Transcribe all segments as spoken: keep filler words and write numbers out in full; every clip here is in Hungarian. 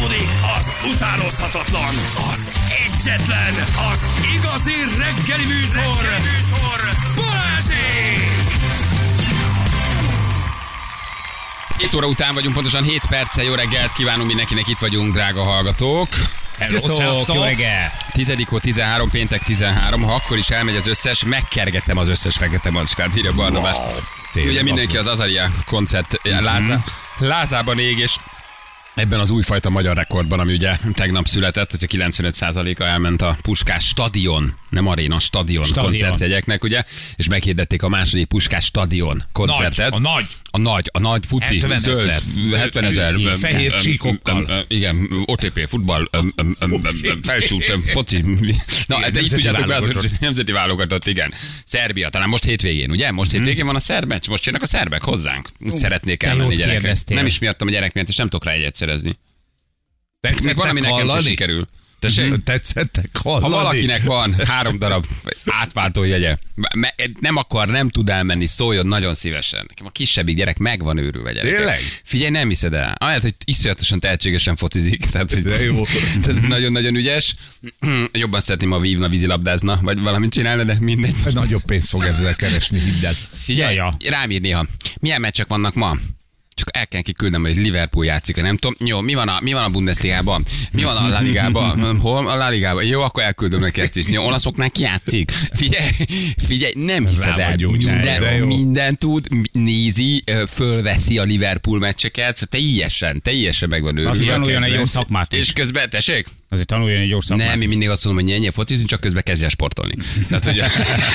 Folytatódik az utánozhatatlan, az egyetlen, az igazi reggeli műsor, reggeli műsor. Balázsék! hét óra után vagyunk, pontosan hét perccel. Jó reggelt kívánunk mindenkinek, itt vagyunk, drága hallgatók. Sziasztok, jó reggel! Tizedikó tizenhárom, péntek tizenhárom, ha akkor is elmegy az összes, megkergettem az összes fekete macskát, írja Barnabás. Wow, ugye mindenki az Azaria koncert mm-hmm. Lázá, Lázában ég, és ebben az újfajta magyar rekordban, ami ugye tegnap született, hogyha kilencvenöt százaléka elment a Puskás stadion, nem aréna, stadion, stadion. koncertjegyeknek, ugye, és meghirdették a második Puskás stadion koncertet. Nagy, a nagy. A nagy, a nagy fuci, zöld, hetven ezer, fehér csíkokkal. Igen, o té pé, futball, felcsút, foci. Na, de így tudjátok be az nemzeti válogatott, igen. Szerbia, talán most hétvégén, ugye? Most hétvégén van a szerb meccs, most jönnek a szerbek hozzánk. Úgy szeretnék elmenni gyerekek. Nem is miattam a gyerek miatt, és nem tudok rá egyet szerezni. Tetszettek valami nekem sem sikerül. Mm-hmm. Tetszettek hallani? Ha valakinek van három darab átváltó jegye, nem akar, nem tud elmenni, szóljon nagyon szívesen. Nekem a kisebbik gyerek meg van őrülve, gyerekek. Tényleg? Figyelj, nem hiszed el. Ahelyett, hogy iszonyatosan tehetségesen focizik. Tehát, hogy de jó. Nagyon-nagyon ügyes. Jobban szeretném, ha vívna, vízilabdázna, vagy valamit csinálna, de mindegy. Nagyobb pénzt fog ezzel keresni, hidd el. Figyelj, ja, ja. rám ír néha. Milyen meccsek vannak ma? Csak el kell kiküldnem, hogy Liverpool játszik, nem tudom. Jó, mi van a, mi van a Bundesligában? Mi van a La Ligában? Hol a La Ligában? Jó, akkor elküldöm neki ezt is. Jó, olaszoknál ki játszik? Figyelj, figyelj, nem hiszed el. Minden, minden tud, nézi, fölveszi a Liverpool meccseket. Teljesen, teljesen meg van őrülve. Azért tanuljon egy jó szakmát is. És közben, tessék? Azért tanuljon egy jó szakmát. Nem, én mindig azt mondom, hogy ennyi focizni, csak közben kezdjen sportolni. Tehát, ugye...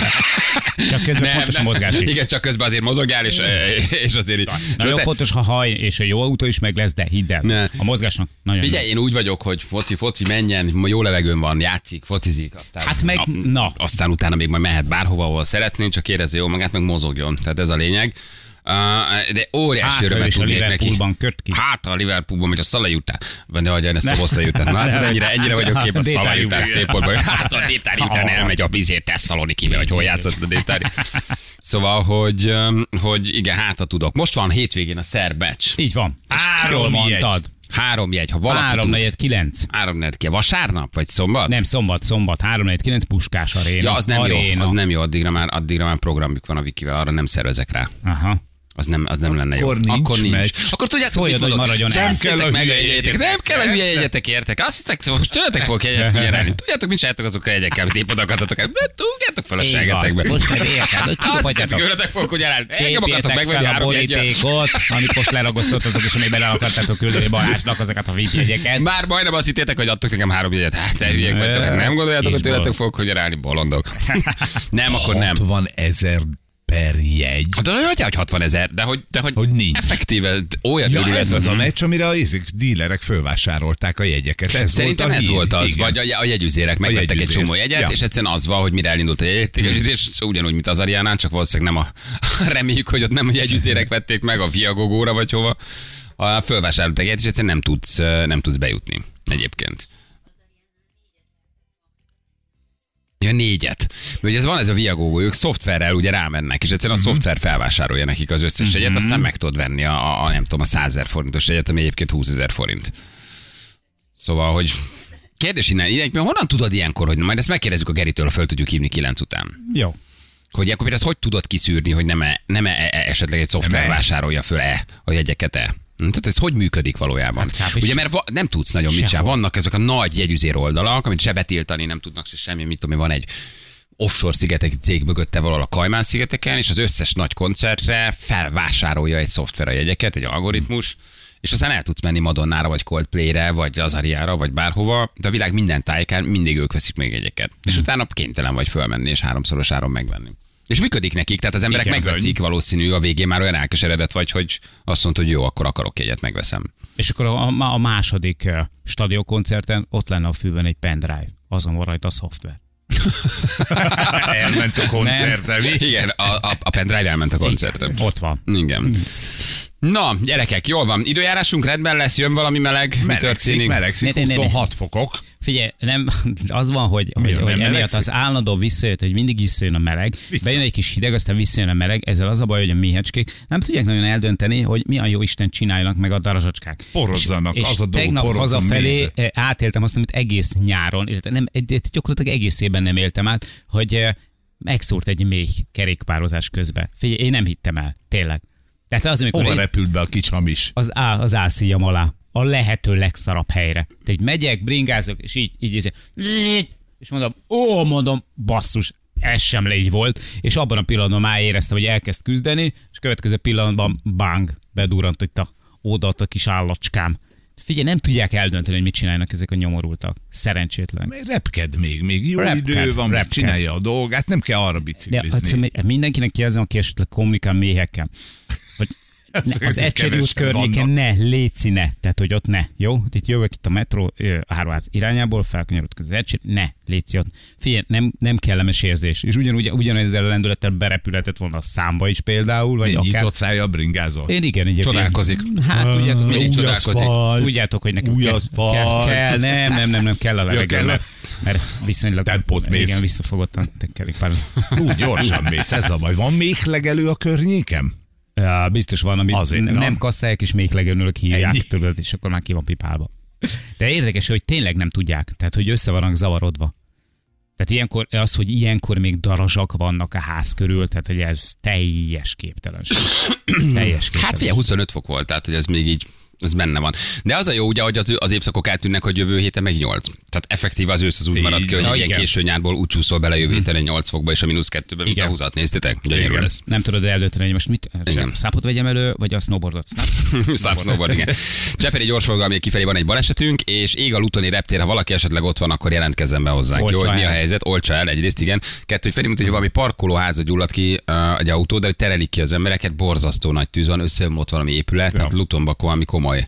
Csak közben nem, fontos nem, a mozgás is. Igen, csak közben azért mozogjál, és, és azért így. Nagyon te... fontos, ha haj, és a jó autó is meg lesz, de hidd el. Ne. A mozgásnak nagyon. Figyelj, én úgy vagyok, hogy foci, foci, menjen, jó levegőn van, játszik, focizik, aztán, hát meg, na, na. aztán utána még majd mehet bárhova, ahol szeretné, csak érezze jó magát, meg mozogjon. Tehát ez a lényeg. Uh, de óriási örömet tudnék neki. Hát a Liverpoolban, vagy a Szalai után. De hagyján, ezt a Szalai után. Hát ennyire, ennyire vagyok kép a Szalai után szép volt. Hát a Détári után elmegy a bizért Tesszalonikibe, hogy hol játszott a Détári. Szóval, hogy, hogy igen, hát ha tudok. Most van hétvégén a szerb meccs. Így van. Jól mondtad. Három jegy, ha valaki Három negyed kilenc. Három negyed ki. Vasárnap vagy szombat? Nem, szombat, szombat. Három negyed kilenc Puskás aréna. Ja, az nem aréna. jó, az nem jó, addigra már, addigra már programjuk van a Vikivel, arra nem szervezek rá. Aha. Az nem, az nem lenne jó. Akkor nincs. Akkor nincs. Meccs. Akkor tudjátok, Szóljad, mit mondok? maradjon Nem el. kell a meg hülye jegyetek. Nem kell a hülye jegyetek, értek. Azt hiszek, most tőletek fogok jegyet nyerni. Tudjátok, mit csináltok azok a jegyekkel, amit épp oda akartatok el. Tudjátok fel a segetekbe. Most meg érted, hogy azt hiszem, tőletek fogok nyerni. Engem akartok megvenni három jegyet. Amit most leragasztottatok, és amiben el akartátok küldeni Balázsnak azokat a vé i pé jegyeket. Már majdnem azt hittétek, hogy adtok nekem három jegyet. Hát te hülyék vagytok. Nem gondoljátok, hogy tőletek fogok nyerni, bolondok. Nem, akkor nem. hatvan ezer per jegy. De hogy hogy hatvan ezer, de hogy, de hogy, hogy nincs. Effektíve olyan ja, örül ez az a meccs, amire a dílerek fölvásárolták a jegyeket. Ez Szerintem volt a ez hír. volt az, Igen. vagy a, a jegyüzérek megvettek jegyüzér. Egy csomó jegyet, ja. És egyszerűen az van, hogy mire elindult a jegyértékesítés, hmm. ugyanúgy, mint az Ariánán, csak valószínűleg nem a, reméljük, hogy ott nem a jegyüzérek vették meg a Viagogóra, vagy hova. A fölvásárolták jegyet, és egyszerűen nem tudsz, nem tudsz bejutni egyébként. Ja, négyet. Mert ez van ez a Viagogo, ők szoftverrel ugye rámennek, és egyszerűen a szoftver felvásárolja nekik az összes jegyet, aztán meg tudod venni a, a, a nem tudom, a százezer forintos jegyet, ami egyébként húszezer forint. Szóval, hogy kérdés innen, innen, honnan tudod ilyenkor, hogy majd ezt megkérdezzük a Geritől, föl tudjuk hívni kilenc után. Jó. Hogy akkor ezt hogy tudod kiszűrni, hogy nem-e, nem-e esetleg egy szoftver vásárolja föl-e a jegyeket-e? Tehát ez hogy működik valójában? Hát, ugye, mert va- nem tudsz nagyon mit sem. Vannak ezek a nagy jegyüzér oldalak, amit se betiltani nem tudnak se semmi, mit tudom, van egy offshore szigetek cég mögötte valahol a Kajmán-szigeteken, és az összes nagy koncertre felvásárolja egy szoftver a jegyeket, egy algoritmus, és aztán el tudsz menni Madonnára, vagy Coldplayre, vagy Azariára, vagy bárhova, de a világ minden tájékán mindig ők veszik még jegyeket. Hmm. És utána kénytelen vagy fölmenni, és háromszoros áron megvenni. És működik nekik, tehát az emberek igen, megveszik, valószínű a végén már olyan elkeseredett vagy, hogy azt mondod, hogy jó, akkor akarok egyet, megveszem. És akkor a, a második stadionkoncerten ott lenne a fülben egy pendrive, azon van rajta a szoftver. Elment a koncertre, mi? Igen, a, a, a pendrive elment a koncertre. Igen, ott van. Igen. Na, gyerekek, jól van. Időjárásunk rendben lesz, jön valami meleg. Mi melegszik, történik? melegszik, huszonhat fokok. Figyelj, nem, az van, hogy, hogy, hogy emiatt az állandó visszajött, hogy mindig visszajön a meleg, Vissza. bejön egy kis hideg, aztán visszajön a meleg, ezzel az a baj, hogy a méhecskék nem tudják nagyon eldönteni, hogy mi a jó Isten csináljanak meg a darazsacskák. Porozzanak, és, az a dolog, tegnap hazafelé mézet. átéltem azt, amit egész nyáron, illetve nem, gyakorlatilag egész évben nem éltem át, hogy megszúrt egy méh kerékpározás közben. Figyelj, én nem hittem el, tényleg. Tehát az, amikor Hova én, repült be a kis hamis? Az, á, az álszíjam alá. A lehető legszarabb helyre. Tehát megyek, bringázok, és így, így, így és mondom, ó, mondom, basszus, ez sem légy volt. És abban a pillanatban már éreztem, hogy elkezd küzdeni, és következő pillanatban bang, bedurrant itt a odaadta kis állatskám. Figyelj, nem tudják eldönteni, hogy mit csinálnak ezek a nyomorultak. Szerencsétlen. Repked még, még jó Repked, idő van, repked. Csinálja a dolgát, nem kell arra biciklizni. Ja, hát mindenkinek kérdezem, aki esetleg kommunikál méhekkel, hogy ne, az Ecseri út környéken ne, léci ne, tehát hogy ott ne, jó? Itt jövök itt a metró Áruház irányából, felkanyarodok az Ecseri, ne, léci ott. Figyelj, nem, nem kellemes érzés. És ugyanúgy, ugyanezzel a lendülettel berepülhetett volna a számba is például, vagy akár. Nyitott szája bringázol. Én igen, igen. Csodálkozik. Hát tudjátok, Mindig hogy csodálkozik. Tudjátok, hogy nekem kell, kell, kell, nem, nem, nem, nem kell a levegő, kell. mert, mert viszonylag Tempót mész. igen, visszafogottan kerékpározom. Úgy gyorsan mész, ez a baj. Van még legelő a környékem? Ja, biztos van, amit Azért, nem, na. nem kasszálják, és még legönülök hívják, Ennyi. tudod, és akkor már ki van pipálva. De érdekes, hogy tényleg nem tudják, tehát hogy össze vannak zavarodva. Tehát ilyenkor, az, hogy ilyenkor még darazsak vannak a ház körül, tehát hogy ez teljes képtelenség. teljes képtelenség. Hát figyelj, huszonöt fok volt, tehát hogy ez még így, ez benne van. De az a jó, ugye, hogy az, az évszakok eltűnnek, hogy jövő héten meg nyolc. Tehát effektív az ősz az úgy marad ki, hogy Ja, ilyen igen. késő nyárból úgy csúszol bele jövő héten nyolc fokba, és a mínusz kettőben, mint a Igen. húzat néztétek? Gyönyörű Igen. lesz. Nem tudod eldönteni, hogy most mit? Igen. Szápot vegyem elő, vagy a snowboardot? Snap snowboard, igen. Cseperi gyorsforgalmi kifelé van egy balesetünk, és ég a Lutoni reptér, ha valaki esetleg ott van, akkor jelentkezzen be hozzánk. Oltsa Jó, hogy mi a el. helyzet? Oltsa el egyrészt, igen. Kettő, hogy felé, hogy valami parkolóházat gyulladt ki uh, egy autó, de hogy terelik ki az embereket, borzasztó nagy tűz van, összeomlott valami épület, tehát Lutonban valami komoly,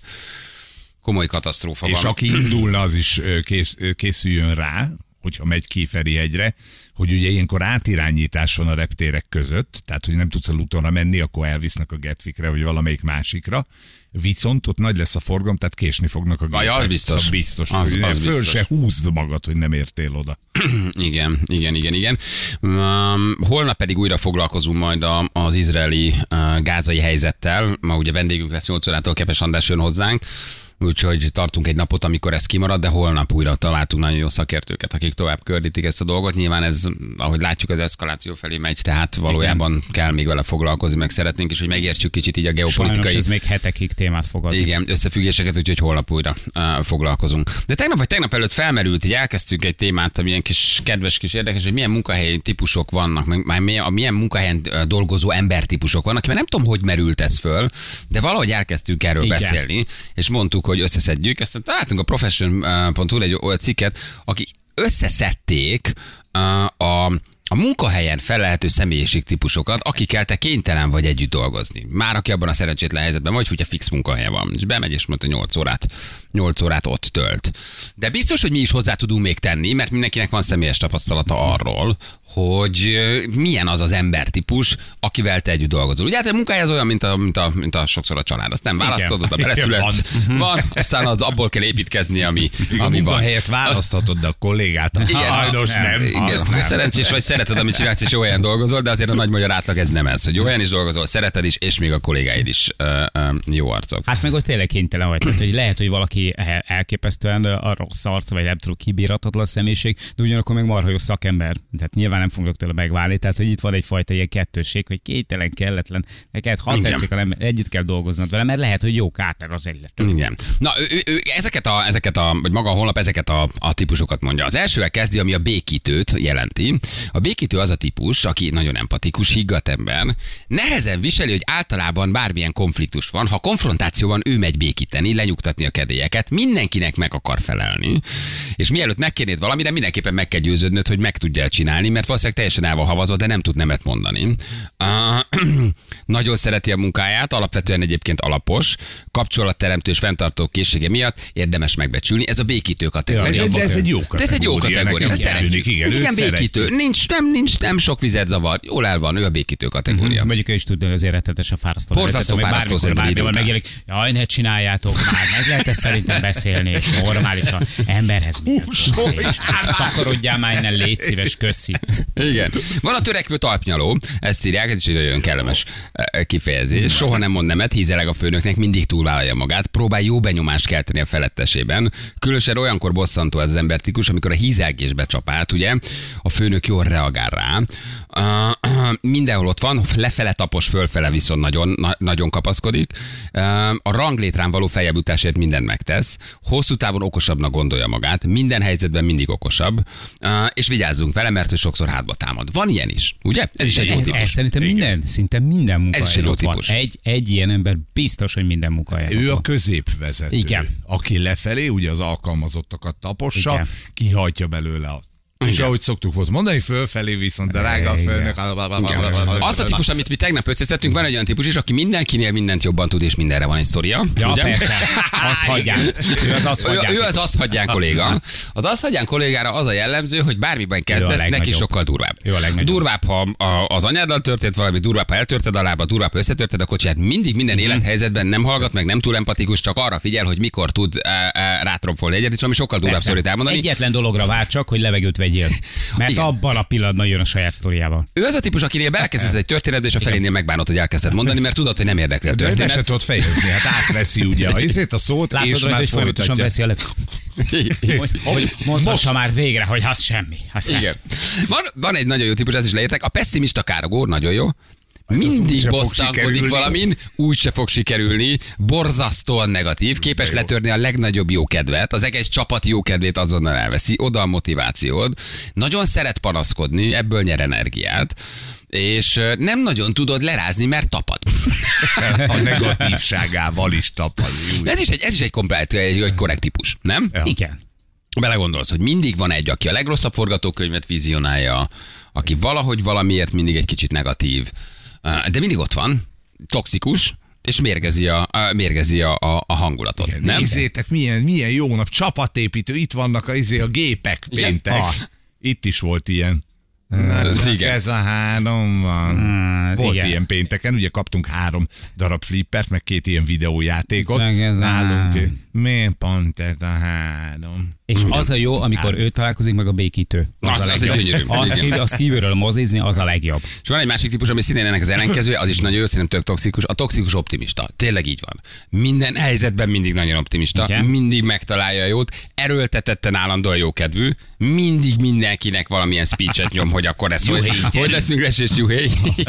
komoly katasztrófa És van. aki indulna, az is ö, kész, ö, készüljön rá, hogyha megy ki Ferihegyre, hogy ugye ilyenkor átirányítás van a reptérek között, tehát hogy nem tudsz a Lutonra menni, akkor elvisznek a Gatwickre, vagy valamelyik másikra. Viszont ott nagy lesz a forgalom, tehát késni fognak a Vaj, gépek. az biztos. Szóval biztos. Az- hogy az föl biztos. se húzd magad, hogy nem értél oda. Igen, igen, igen, igen. Um, holnap pedig újra foglalkozunk majd a, az izraeli uh, gázai helyzettel. Ma ugye vendégünk lesz nyolc órától, Kepes András jön hozzánk. Úgyhogy tartunk egy napot, amikor ez kimarad, de holnap újra találtunk nagyon jó szakértőket, akik tovább kördítik ezt a dolgot. Nyilván ez, ahogy látjuk, az eszkaláció felé megy, tehát valójában igen. kell még vele foglalkozni, meg szeretnénk is, hogy megértsük kicsit így a geopolitikai. Sajnos ez még hetekig témát fog adni. Igen, összefüggéseket, úgyhogy holnap újra uh, foglalkozunk. De tegnap vagy tegnap előtt felmerült, hogy elkezdtünk egy témát, ami ilyen kis kedves, kis érdekes, hogy milyen munkahelyi típusok vannak, meg már milyen, milyen munkahelyen uh, dolgozó embertípusok vannak, mert nem tudom, hogy merült ez föl, de valahogy elkezdtünk erről Igen. beszélni, és mondtuk, hogy összeszedjük. Ezt találtunk a profession pont hu egy olyan cikket, akik összeszedték uh, a a munkahelyen felelhető személyiségtípusokat, akikkel te kénytelen vagy együtt dolgozni. Már aki abban a szerencsétlen helyzetben vagy, hogyha fix munkahelye van. És bemegy, és mondta nyolc órát, nyolc órát ott tölt. De biztos, hogy mi is hozzá tudunk még tenni, mert mindenkinek van személyes tapasztalata arról, hogy milyen az az embertípus, akivel te együtt dolgozol. Ugye hát a munkahely az olyan, mint a, mint a, mint a sokszor a család. Azt nem választod, oda beleszületsz, van. van, aztán az abból kell építkezni, ami, A ami van. munkahelyet választhatod, de a kollégát az Igen, sajnos az nem. Igen, Az ha nem. szerencsés vagy, szereted, amit csinálsz, és jó helyen dolgozol, de azért a nagy magyar átlag ez nem ez, hogy jó helyen is dolgozol, szereted is, és még a kollégáid is ö, ö, jó arcok. Hát meg ott tényleg kénytelen vagy. Tehát, hogy lehet, hogy valaki elképesztően a rossz arc, vagy nem tudom, kibírhatatlan személyiség, de ugyanakkor meg marha jó szakember. Tehát nyilván nem fogok tőle megválni. Tehát, hogy itt van egyfajta ilyen kettősség, hogy kénytelen, kelletlen. Neked hat Igen. tetszik, hanem együtt kell dolgoznod vele, mert lehet, hogy jó káter az illető. Igen. Na, ő, ő, ő, ezeket a, ezeket a, vagy maga a honlap ezeket a, a típusokat mondja. Az elsővel kezdi, ami a békítőt jelenti. A békítő az a típus, aki nagyon empatikus, higgadt ember, nehezen viseli, hogy általában bármilyen konfliktus van, ha konfrontáció van, ő megy békíteni, lenyugtatni a kedélyeket, mindenkinek meg akar felelni, és mielőtt megkérnéd valamire, mindenképpen meg kell győződnöd, hogy meg tudja csinálni, mert valószínűleg teljesen el van havazva, de nem tud nemet mondani. Uh, nagyon szereti a munkáját, alapvetően egyébként alapos, kapcsolatteremtő és fenntartó készsége miatt érdemes megbecsülni. Ez a békítő kategória. Ez, de ez egy jó kategória. De ez egy jó kategória. Tűnik, igen, igen békítő. Nincs, nem, nincs, nem sok vizet zavar. Jól el van, ő a békítő kategória. Mm-hmm. Mondjuk ő is tudja, hogy azért rettetesen fárasztó. Borzasztó fárasztó szerintem idő után. Megjelenik, jaj, ne csináljátok már, meg lehet ezt szerintem beszélni, és normálisan emberhez. Takarodjál már innen, légy szíves, köszi. Igen. Van a törekvő talpnyaló, ezt írják, ez is egy olyan kellemes kifejezés. Soha nem mond nemet, hízeleg a főnöknek, mindig túlvállalja magát, próbál jó benyomást kelteni a felettesében. Különösen olyankor bosszantó ez az embertikus, amikor a hízelgésbe csap át, ugye, a főnök jól reagál rá. Uh, mindenhol ott van, lefele tapos, fölfele viszont nagyon, na, nagyon kapaszkodik. Uh, a ranglétrán való feljebb jutásért mindent megtesz. Hosszú távon okosabbnak gondolja magát, minden helyzetben mindig okosabb, uh, és vigyázzunk vele, mert ő sokszor hátba támad. Van ilyen is, ugye? Ez is egy jó típus. Ez szerintem minden, szinte minden munkahelyen ott van. Típus. Egy, egy ilyen ember biztos, hogy minden munkahelyen. Ő van. a középvezető. Igen. Aki lefelé, ugye az alkalmazottakat tapossa, Igen. kihajtja belőle azt. És ahogy szoktuk volt mondani, fölfelé viszont drága a főnök. Az a típus, amit mi tegnap összeszedtünk, van egy olyan típus is, aki mindenkinél mindent jobban tud, és mindenre van egy sztoria. Ja, ugye? persze. Az hagyján. Ő az az hagyján. Ő, ő az az hagyján kolléga. Az az hagyján kollégára az a jellemző, hogy bármiben kezdesz, neki sokkal durvább. Durvább, ha az anyáddal történt valami, durvább, ha eltörted a lába, durvább, ha összetörted a kocsiját, mindig minden élethelyzetben nem hallgat meg, nem túl empatikus, csak arra figyel, hogy mikor tud rátromfolni egyet, és ami sokkal durvább sztorit elmondani. Egyetlen dologra vár csak, hogy levegőt vegyél. Mert igen. Abban a pillanatban jön a saját sztoriával. Ő az a típus, akinél belekezdesz egy történetbe, és a felénél megbánod, hogy elkezded mondani, mert tudod, hogy nem érdekli a történet. De se tudod fejezni, hát átveszi ugye a izét, a szót, látod, és rajta, már folytatja. Veszi a le... Mondhassa már végre, hogy az semmi. Az igen. Van, van egy nagyon jó típus, ez is leértek. A pessimista károgó, nagyon jó. Mindig bosszankodik valamin, úgy se fog sikerülni, borzasztóan negatív, képes letörni a legnagyobb jókedvet, az egész csapat jókedvét azonnal elveszi, oda a motivációd, nagyon szeret panaszkodni, ebből nyer energiát, és nem nagyon tudod lerázni, mert tapad. A negatívságával is tapad. Ez is egy, ez is egy komplet, egy, egy korrekt típus, nem? Ja. Igen. Belegondolsz, hogy mindig van egy, aki a legrosszabb forgatókönyvet vizionálja, aki valahogy valamiért mindig egy kicsit negatív, de mindig ott van, toxikus, és mérgezi a, mérgezi a, a, a hangulatot. Igen, nem? Nézzétek, milyen, milyen jó nap, csapatépítő, itt vannak a, izé, a gépek péntek. Ah. Itt is volt ilyen. Hát, ez a három van. Hmm, volt igen. Ilyen pénteken, ugye kaptunk három darab flippert, meg két ilyen videójátékot. Nálunk, miért pont ez a három? És az a jó, amikor ő találkozik meg a békítő. Az, az, az egy gyönyörű. Azt, kívül, azt kívülről mozizni, az a legjobb. És van egy másik típus, ami szintén ennek az ellenkezője, az is nagyon jó, szerintem tök toxikus. A toxikus optimista. Tényleg így van. Minden helyzetben mindig nagyon optimista, igen. Mindig megtalálja a jót, erőltetetten állandóan jókedvű, mindig mindenkinek valamilyen speechet nyom, hogy akkor ez hogy, hogy leszünk lesés juhéj.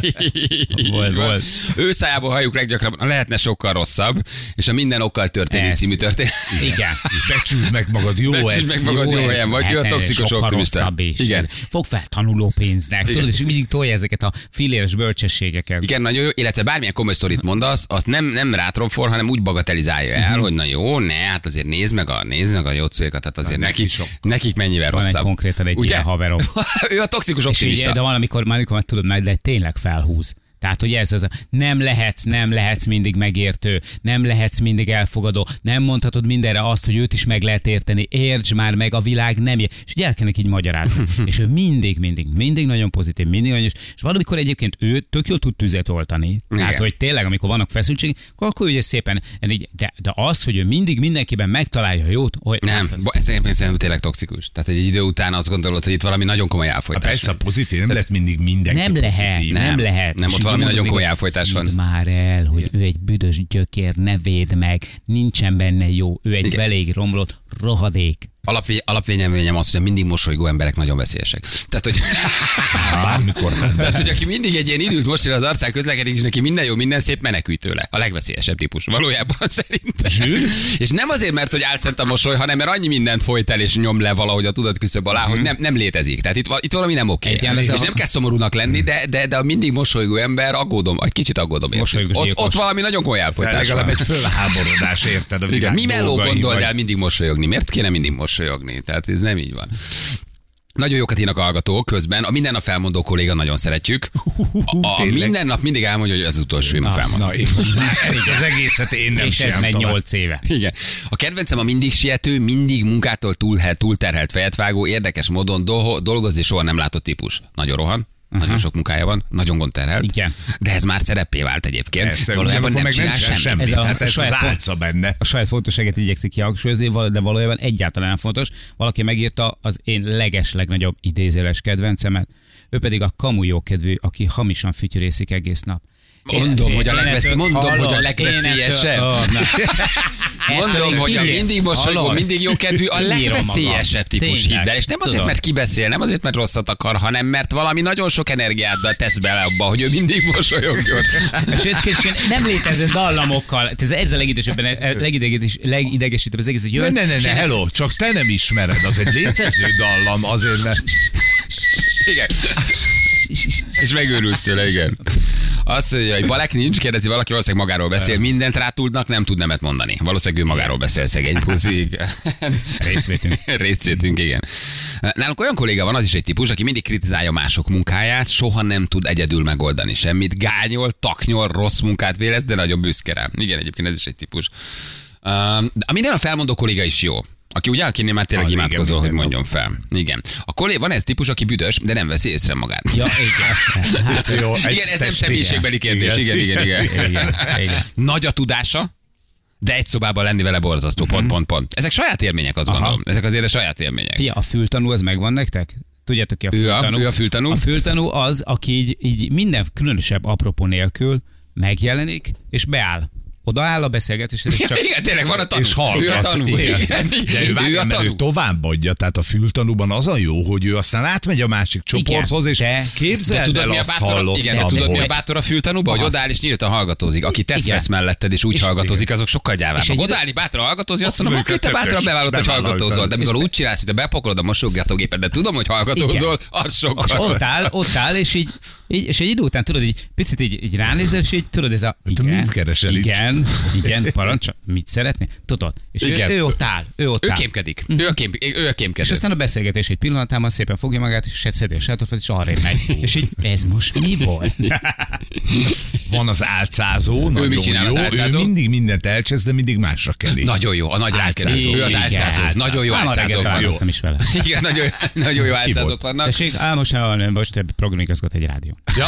Volt, volt. Ő szájából halljuk leggyakrabban, lehetne sokkal rosszabb, és a Minden okkal történik ez. Című történet. Igen. Becsüld meg magad, jó Becsüld ez. meg magad, jó, jó helyen vagy, ő a toxikus optimista. Igen. Fog fel tanulópénznek. Tudod, és mindig tolja ezeket a filéres bölcsességeket. Igen, nagyon jó, illetve bármilyen komoly sztorit mondasz, azt nem, nem rátromfol, hanem úgy bagatelizálja el, uh-huh. hogy na jó, ne, hát azért nézd meg a, nézd meg a jócékat, tehát azért na, nekik, nekik mennyivel van rosszabb. Van egy konkrétan egy ilyen haverom. Ő a toxikus optimista. De van, amikor már amikor tudod, meg, de tényleg felhúz. Tehát, hogy ez az a, nem lehetsz, nem lehetsz mindig megértő, nem lehetsz mindig elfogadó, nem mondhatod mindenre azt, hogy őt is meg lehet érteni, értsd már meg, a világ nem ilyen. És ugye el kell neki így magyarázni. És ő mindig, mindig, mindig nagyon pozitív, mindig nagyon, és valamikor egyébként ő tök jól tud tüzet oltani. Tehát, hogy tényleg, amikor vannak feszültség, akkor ugye szépen, de, de az, hogy ő mindig mindenkiben megtalálja a jót, hogy... Nem, hát ez szerintem tényleg toxikus. Tehát egy idő után azt gondolod, hogy itt valami nagyon komoly elfolytás. Persze a pozitív, nem lehet mindig mindenki nem lehet, pozitív. Nem lehet. Nem, ott valami nagyon komoly elfolytás van. Már el, hogy ő egy büdös gyökér, ne védd meg, nincsen benne jó, ő egy veléig romlott rohadék. Alapvé, alapvényeményem az, hogy a mindig mosolygó emberek nagyon veszélyesek. Tehát, hogy... Bármikor nem. Tehát, hogy aki mindig egy ilyen időt mosolyog az arcán közlekedik, és neki minden jó, minden szép, menekülj tőle. A legveszélyesebb típus. Valójában szerintem. Zsűr? És nem azért, mert hogy álszent a mosoly, hanem mert annyi mindent folyt el, és nyom le valahogy a tudatküszöb alá, hmm. hogy nem, nem létezik. Tehát itt, itt valami nem oké. Okay. És nem kell szomorúnak lenni, de, de, de a mindig mosolygó ember aggódom, egy kicsit aggódom. Ott, ott valami nagyon komoly elfolytás van. Legalább egy fölháborodás, érted a világ. Mi melló gondold el mindig mosolyogni? Miért kéne mindig mosolyogni? Tehát ez nem így van. Nagyon jókat írnak a hallgatók közben. A minden nap felmondó kolléga nagyon szeretjük. A, a minden nap mindig elmondja, hogy ez az utolsó év a felmondó. Na, én most már ezt az egészet én nem És ez megy nyolc éve. Igen. A kedvencem a mindig siető, mindig munkától túl, túlterhelt fejet vágó, érdekes módon do- dolgozni soha nem látott típus. Nagyon rohan. Uh-huh. Nagyon sok munkája van, nagyon gondterhelt. Igen. De ez már szereppé vált egyébként. Persze, valójában nem csinál semmit. semmit. Ez a Hát ez saját az font- álca benne. A saját fontosságát igyekszik kihangsúlyozni, de valójában egyáltalán nem fontos. Valaki megírta az én leges legnagyobb idézőles kedvencemet, ő pedig a kamu jókedvű, aki hamisan fütyörészik egész nap. Mondom, Én- hogy a én legveszi- ettől- mondom, hallod, hogy a én legveszélyesebb. ettől- ó, na. Mondom, Ettől hogy a kinyír. mindig mosolygó, Hallod? mindig jókedvű, a Kinyírom legveszélyesebb magam. típus, Tényleg. hidd el. És nem azért, Tudom. mert kibeszél, nem azért, mert rosszat akar, hanem mert valami nagyon sok energiát be- tesz bele abba, hogy ő mindig mosolyogjon. Sőt, kicsit nem létező dallamokkal, ez ezzel legidegesítőbb, legidegesítőbb, legidegesítőbb az egész, hogy Ne, jön. ne, ne, ne, hello, csak te nem ismered, az egy létező dallam, azért mert... Igen. És megőrülsz tőle, igen. Azt mondja, hogy Balek nincs, kérdezi valaki, valószínűleg magáról beszél. Mindent rátudnak, nem tud nemet mondani. Valószínűleg ő magáról beszél, szegény puszi. Részvétünk. Részvétünk, igen. Nálunk olyan kolléga van, az is egy típus, aki mindig kritizálja mások munkáját, soha nem tud egyedül megoldani semmit. Gányol, taknyol, rossz munkát vélez, de nagyon büszke rá. Igen, egyébként ez is egy típus. A minden a felmondó kolléga is jó. Aki ugye, akinél már tényleg Ah, igen, imádkozol, hogy minden mondjon fel. Igen. A kollég, van ez típus, aki büdös, de nem veszi észre magát. Ja, igen. Hát, Jó, egy Igen, ez nem test- személyiségbeli kérdés. Igen, igen, igen. igen, igen. Nagy a tudása, de egy szobában lenni vele borzasztó, pont, pont, pont. Ezek saját élmények, azt Aha. gondolom. Ezek azért a saját élmények. Fia, a fültanú az megvan nektek? Tudjátok ki a Ő a- fültanú? ő a fültanú? A fültanú az, aki így, így minden különösebb apropó nélkül megjelenik, és beáll. Odaáll a beszélgetésre, és csak... Igen, tényleg van a tanú. És hallgat. Ő a tanú. Igen. Igen, De ő, ő várja, a mert ő tanú. továbbadja, tehát a fültanúban az a jó, hogy ő aztán átmegy a másik csoporthoz, és de- De képzeld tudod, el, mi a azt bátor, hallottam, igen, de tudod, mi a hogy... bátor a fültanúba, hogy Az. odáll és nyíltan hallgatózik. Aki tesz Igen. vesz melletted, és úgy És- hallgatózik, azok sokkal És gyávábbak. egy idő- Odállni bátor hallgatózni, azt Azt mondom, oké, mondjuk, te a bátran tökös, bevállalod, hogy bevállaltad. hallgatózol. De mikor És- úgy csinálsz, hogy te bepakolod a mosogatógépet, de tudom, hogy hallgatózol, az sokkal. Ott áll, ott áll, és így, így, és egy idő után tudod, így picit így, így ránézel, és így tudod, ez a... Igen, mit keresel itt? igen, igen, parancs, mit szeretné? Tudod? És ő, Igen. ő, ott áll, ő ott Ő áll. kémkedik. Ő a kém- ő a És kémkedő. aztán a beszélgetés egy pillanatában szépen fogja magát, és szedi a sátot, és arrébb megy. És így, ez most mi volt? Van az álcázó, nagyon mit csinál az jó, álcázó? ő mindig mindent elcsesz, de mindig másra kelli. Nagyon jó, a nagy rákerülő. Álcázó. Ő az Igen, álcázó. álcázó. Nagyon jó Már ma reggel álcázók vannak. találkoztam is vele. Igen, nagyon, nagyon jó álcázók volt? vannak. Tessék, á, most, nem, most programigazgat egy rádió. Ja.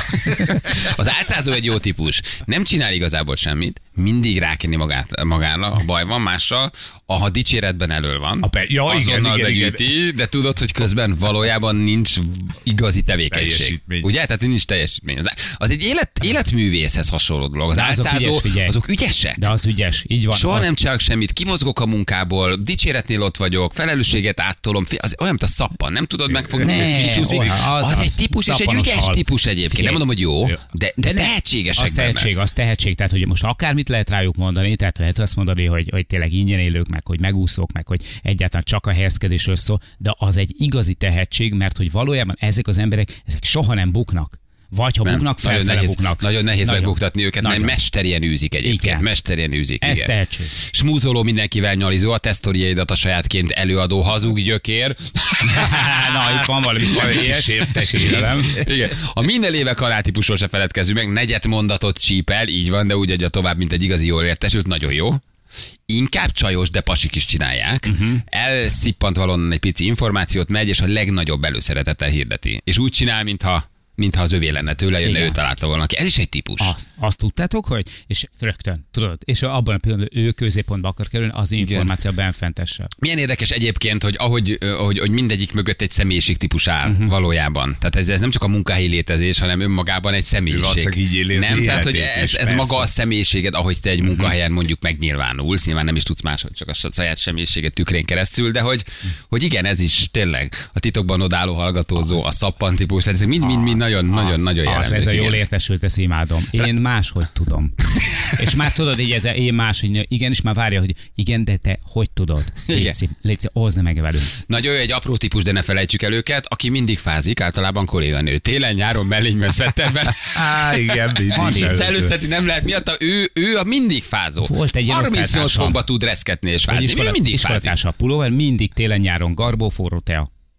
Az álcázó egy jó típus. Nem csinál igazából semmit, mindig rákenni magát, magára, a baj van mással, ha dicséretben elől van, A pe- ja, igen, azonnal igen, igen. begyűjti, de tudod, hogy közben valójában nincs igazi tevékenység. Teljesítmény. Ugye? Tehát nincs teljesítmény. Az, az egy élet, életművészhez hasonló dolog. Az De azok álcázó, ügyes, figyelj. azok ügyesek. De az ügyes, így van. Soha az, nem csinálok semmit, kimozgok a munkából, dicséretnél ott vagyok, felelősséget áttolom, fi- az olyan, mint a szappan, nem tudod megfogni, Ne, hogy kicsúszik. olyan, az- Az, az egy típus, és egy szappanos ügyes hal. típus egyébként. Figyelj. Nem mondom, hogy jó, Ja. de, de ne- tehetségesek Az benne. tehetség, az tehetség. Tehát, hogy most akármit lehet rájuk mondani, tehát lehet azt mondani, hogy, hogy tényleg ingyen élők, meg hogy megúszók, meg hogy egyáltalán csak a helyezkedésről szól, de az egy igazi tehetség, mert hogy valójában ezek az emberek, ezek soha nem buknak. Vagy ha Nem, buknak, nagyon felfele nehéz, buknak. nagyon nehéz megbuktatni őket, mert nagyon. mesterien űzik egyébként. Igen. Mesterien űzik. Ez igen. tehetség. Smúzoló, mindenkivel nyalizó, a tesztoriaidat a sajátként előadó hazug gyökér. Na, itt van valami személyes sérelem. Igen. A minden éve kanáltípusról se feledkezzünk meg, negyed mondatot sípel, így van, de úgy adja tovább, mint egy igazi jól értesült, nagyon jó. Inkább csajos, de pasik is csinálják. Uh-huh. Elszippant valonnan egy pici információt, megy, és a legnagyobb előszeretettel hirdeti. És úgy csinál, mintha mintha az övé lenne tőle, jönne, Igen. ő találta volna ki. Ez is egy típus. Azt, azt tudtátok, hogy? És rögtön, tudod, és abban a pillanatban ő középpontba akar kerülni, az információ benfentessel. Milyen érdekes egyébként, hogy ahogy, ahogy, hogy mindegyik mögött egy személyiség típus áll uh-huh. valójában. Tehát ez, ez nem csak a munkahelyi létezés, hanem önmagában egy személyiség. valószínűleg így éli az nem, tehát hogy életét ez, is, ez persze. maga a személyiséged, ahogy te egy uh-huh. munkahelyen mondjuk megnyilvánulsz, nyilván nem is tudsz máshogy, csak a saját személyiséget tükrén keresztül, de hogy, hogy igen, ez is tényleg a titokban odálló hallgatózó, a szappan típus, tehát ezek mind-mind nagyon, nagyon, nagyon Az, jellemzők. ez a jól igen. értesült, ezt imádom. Én máshogy tudom. És már tudod, így ez a, én máshogy, igen, és már várja, hogy igen, de te hogy tudod? Igen. Léci, Léci, hozd meg velünk. Nagyon jó, egy apró típus, de ne felejtsük el őket, aki mindig fázik, általában kolléganő. Télen, nyáron, mellényben, szeptemberben. Á, igen, mindig. Szellőztetni nem lehet miatta, ő, ő a mindig fázó. Volt egy ilyen harmincnyolc osztálytársam. fokba tud reszketni és Egy fázni. Ő iskola, mindig fázik. iskolatársa a pulóver, mindig télen-nyáron garbó, forró tea.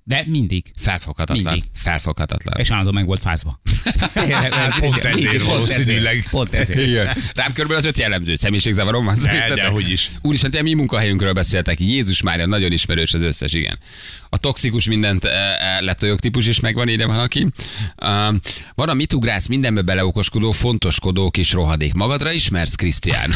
De mindig. Felfoghatatlan. Mindig. Felfoghatatlan. És állandóan meg volt fázva. Hát pont ezért valószínűleg. Pont ezért. Igen. Rám körülbelül az öt jellemző személyiségzavarom van. De, de hogy is. Úristen, te mi munkahelyünkről beszéltek. Jézus Mária, nagyon ismerős az összes, igen. A toxikus mindent e, e, letoljog típus is megvan, ide valaki. Uh, van a mit ugrász, mindenbe beleokoskodó, fontoskodó kis rohadék. Magadra ismersz, Krisztián?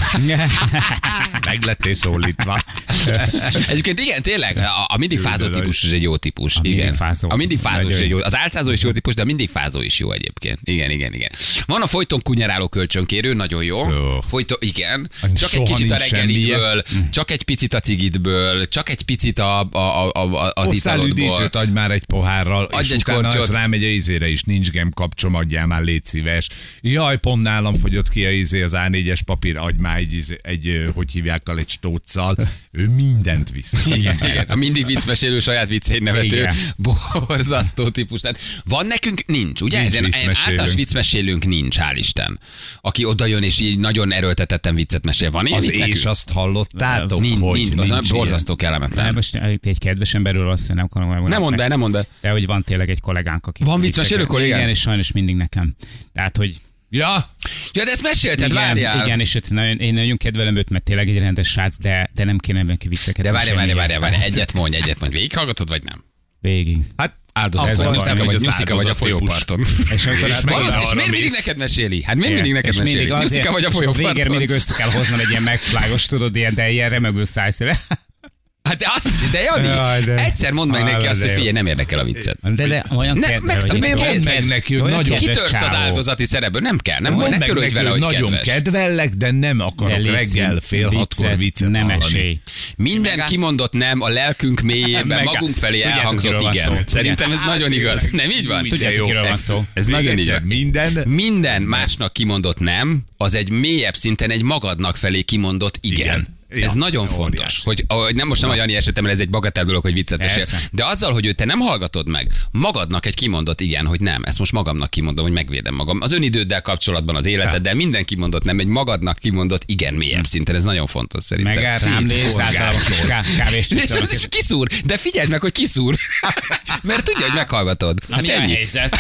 Meg lettél szólítva. Egyébként igen, tényleg, a, a mindig fázó típus is egy jó típus. A igen. mindig fázó. A mindig fázó is Nagyon egy jó. Az álcázó is jó típus, de a mindig fázó is jó egyébként. Igen, igen, igen. Van a folyton kunyaráló kölcsönkérő, nagyon jó. Jó. Folyton, igen. Csak Soha egy kicsit a nincs reggelidből, csak egy picit a cigidből, csak egy picit a, a, a, a, az Osztál italodból. üdítőt, adj már egy pohárral, Adj és egy utána kortyot. az rámegy a izére is, nincs gem kapcsom, adjál már, légy szíves. Jaj, pont nálam fogyott ki a izé, az á négyes papír, adj már egy, izé, egy ö, hogy hívják, egy stóccal. Ő mindent visz. Igen, igen. A mindig viccmesélő, saját viccein nevető, Igen. borzasztó típus. Tehát van nekünk? Nincs, ugye? Nincs Ezen viccmesélőnk. általános viccmesélőnk nincs, hál' Isten. Aki oda jön és így nagyon erőltetetten viccet mesél. Van ilyen Az itt és nekünk? azt hallottátok, Nincs, hogy nincs, az nincs borzasztó Nem, kellemetlen. most egy kedves emberről azt nem akarom megmondani. Nem mondd be, nem mondd be. De hogy van tényleg egy kollégánk, aki... Van viccmesélő kollégánk? Igen, és sajnos mindig nekem. Tehát, hogy... Ja, Ja, de ezt mesélted, Igen, várjál. igen, és nagyon, én nagyon kedvelem őt, mert tényleg egy rendes srác, de, de nem kéne neki vicceket. De várjál, várjál, mesélni. várjál, várjál, egyet mondj, egyet mondj. Végighallgatod, vagy nem? Végig. hát Áldozat, akkor vagy az nyuszika, nem, vagy, hogy az nyuszika vagy a áldozat folyóparton. És akkor És hát meg megint az Valószínű, és arra miért mindig mész. neked meséli? Hát miért Igen, mindig neked és mindig meséli? azért- Nyuszika vagy a és végén folyóparton? mindig össze kell hoznom egy ilyen megflágos, tudod, ilyen, de ilyen remegő szájszíve. Hát de azt hiszi, de Jani, Jaj, de- egyszer mondd meg Á, neki de azt, hogy jó. figyelj, nem érdekel a viccet. De, de olyan Ne, kedves, megszab- hogy- miért olyan mondd meg kedves- neki, hogy olyan nagyon- kedves Kitörsz az csávó. áldozati szerepből, nem kell, nem, mondd ne meg törődj neki, vele, hogy hogy nagyon kedves. kedvellek, de nem akarok De légy reggel szíves, fél hatkor viccet nem hallani. esély. Minden kimondott nem a lelkünk mélyében, Meg- magunk felé Tudjátok, elhangzott kiről van igen. szó. Szerintem ez Hát, nagyon igaz. tényleg. Nem így van? Úgy, Tudjátok, de jó. kiről van Ez, szó. ez Még nagyon így egyszer, van. minden- Minden másnak kimondott nem, az egy mélyebb szinten egy magadnak felé kimondott igen. Igen. Ja, Ez nagyon óriási. fontos, hogy ahogy nem most nem a Jani esetemben ez egy bagatell dolog, hogy viccet mesél. Persze. De azzal, hogy őt te nem hallgatod meg, magadnak egy kimondott igen, hogy nem, ezt most magamnak kimondom, hogy megvédem magam. Az önidőddel kapcsolatban, az életeddel, minden kimondott nem, egy magadnak kimondott igen mélyebb szinten. Ez nagyon fontos szerintem. Meg rám néz, általában kis ká- kávést És, viszont. és kiszúr, de figyeld meg, hogy kiszúr. Mert tudja, hogy meghallgatod. Hát mi a helyzet?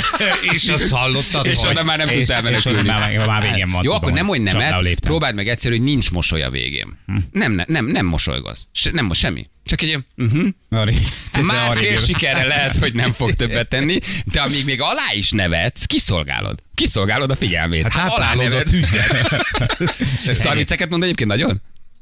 És azt hallottad, És hogy- onnan már nem És- tudsz és elmenekülni. onnan már, már végén van. Jó, tudom, akkor nem mondj csapdául nemet, léptem. próbáld meg egyszer, hogy nincs mosoly a végén. Nem, nem, nem, nem mosolygolsz. Se, nem most semmi. Csak egy ilyen, uh-huh. Ari, ez Már Ari fél jövő. sikerre lehet, hogy nem fog többet tenni, de amíg még alá is nevetsz, kiszolgálod. Kiszolgálod a figyelmét. Hát alá átállod a neved. tüzet. Szarvicceket mond egyébként nagyon?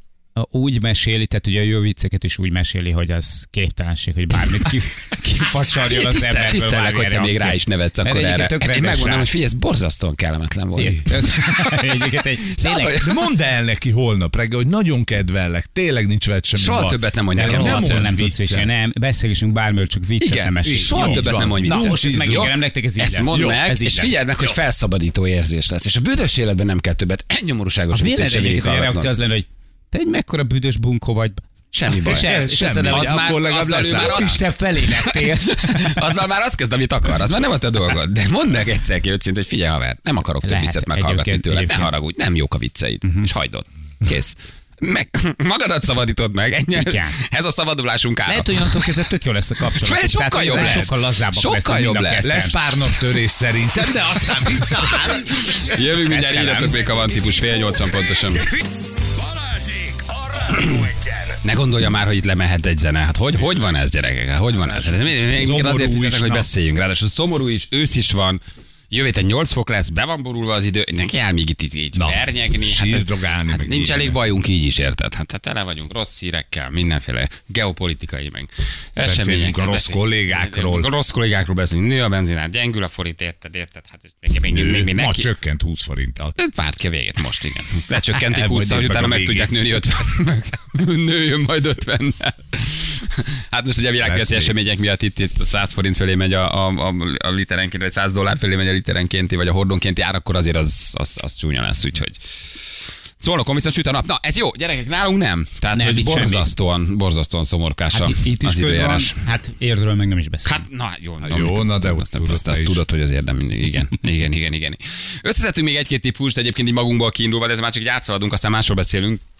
Úgy meséli, tehát ugye a jó vicceket is úgy meséli, hogy az képtelenség, hogy bármit ki, kifacsarjon az Tisztel, emberből. tisztelek, hogy te még rá is nevetsz Mert akkor egyébként erre. tök Én rendes megmondom, hogy srác. figyelj, ez borzasztóan kellemetlen volt. Egyébként egy, Szóval, tényleg, De mondd el neki holnap reggel, hogy nagyon kedvellek, tényleg nincs veled semmi Soha baj. többet nem mondj nem, nekem. nem, nem nem, mond nem tudsz viccet. viselni, nem, beszélgessünk bármiről, csak viccet nem Igen, mesélj. soha Jó, többet van. nem mondj Na, viccet. most ezt Jó? megígérem nektek, ez így Ezt lesz. mondd Jó, meg, ez így és lesz. figyeld meg, hogy Jó. felszabadító érzés lesz. És a büdös életben nem kell többet. Egy nyomorúságos Az miért viccet se egyébként a reakció végighallgatnod. az lenne, hogy te egy mekkora büdös bunkó vagy. Semmi baj. És ez, és semmi. ez Az Akkor már, legalább azzal ő lesz már rá. azt, Isten felé lettél. azzal már azt kezd, amit akar. Az már nem a te dolgod. De mondd meg egyszer ki őszintén, hogy figyelj haver, nem akarok több Lehet, viccet meghallgatni egyébként- tőled. Ne egyébként. haragudj, nem jók a vicceid. És hagyd ott. Kész. Meg, magadat szabadítod meg. Ennyi, Igen. ez a szabadulásunk ára. Lehet, hogy onnantól kezdve tök jó lesz a kapcsolat. Fel- sokkal jobb lesz. Sokkal lazábbak Sokkal lesznek mind jobb a lesz. ketten. Lesz pár nap törés szerintem, de aztán visszaáll. Jövünk mindjárt, Kezdtem. írjatok még, ha van típus, fél nyolcvan pontosan. Balázsék a Rádió Egyen. Ne gondolja már, hogy itt lemehet egy zene. Hát hogy, hogy van ez, gyerekek? Hát hogy van ez? Hát még- még Szomorú azért is, fizetek, hogy na. beszéljünk. Ráadásul szomorú is, ősz is van. Jövő héten nyolc fok lesz, be van borulva az idő, neki áll még itt, itt így Na, vernyegni. sírdogálni, hát meg nincs ilyenek. elég bajunk így is, érted? Hát, hát tele vagyunk rossz hírekkel, mindenféle geopolitikai meg Beszélünk események. a rossz kollégákról. A rossz kollégákról beszélünk, nő a benzinár, gyengül a forint, érted, érted? Hát ez még, még, még, még Ma neki. csökkent húsz forinttal. Várt ki a végét most, igen. Lecsökkentik Elmondják húszszal, hogy meg utána a meg végét. tudják nőni ötven. Nőjön majd ötvennel. Hát most ugye a világpiaci Lesz még. események miatt itt, itt száz forint fölé megy a, a, a, a literenként, vagy száz dollár fölé megy a literenkénti, vagy a hordonkénti ár, akkor azért az, az, az csúnya lesz, úgyhogy Szolnokon viszont süt a nap. Na, ez jó, gyerekek, nálunk nem. Tehát, Nem, hogy itt semmi. borzasztóan, borzasztóan szomorkás Hát itt, itt is az köd van, időjárás. hát érdről meg nem is beszélünk. Hát, na, jó. Na jó, na, de ott azt, nem- tudod azt, te azt is. tudod, hogy azért nem mindig. Igen, igen, igen, igen. Összeszedtünk még egy-két típust, egyébként így magunkból kiindulva, de ez már csak egy átszaladunk, aztán másról beszélünk.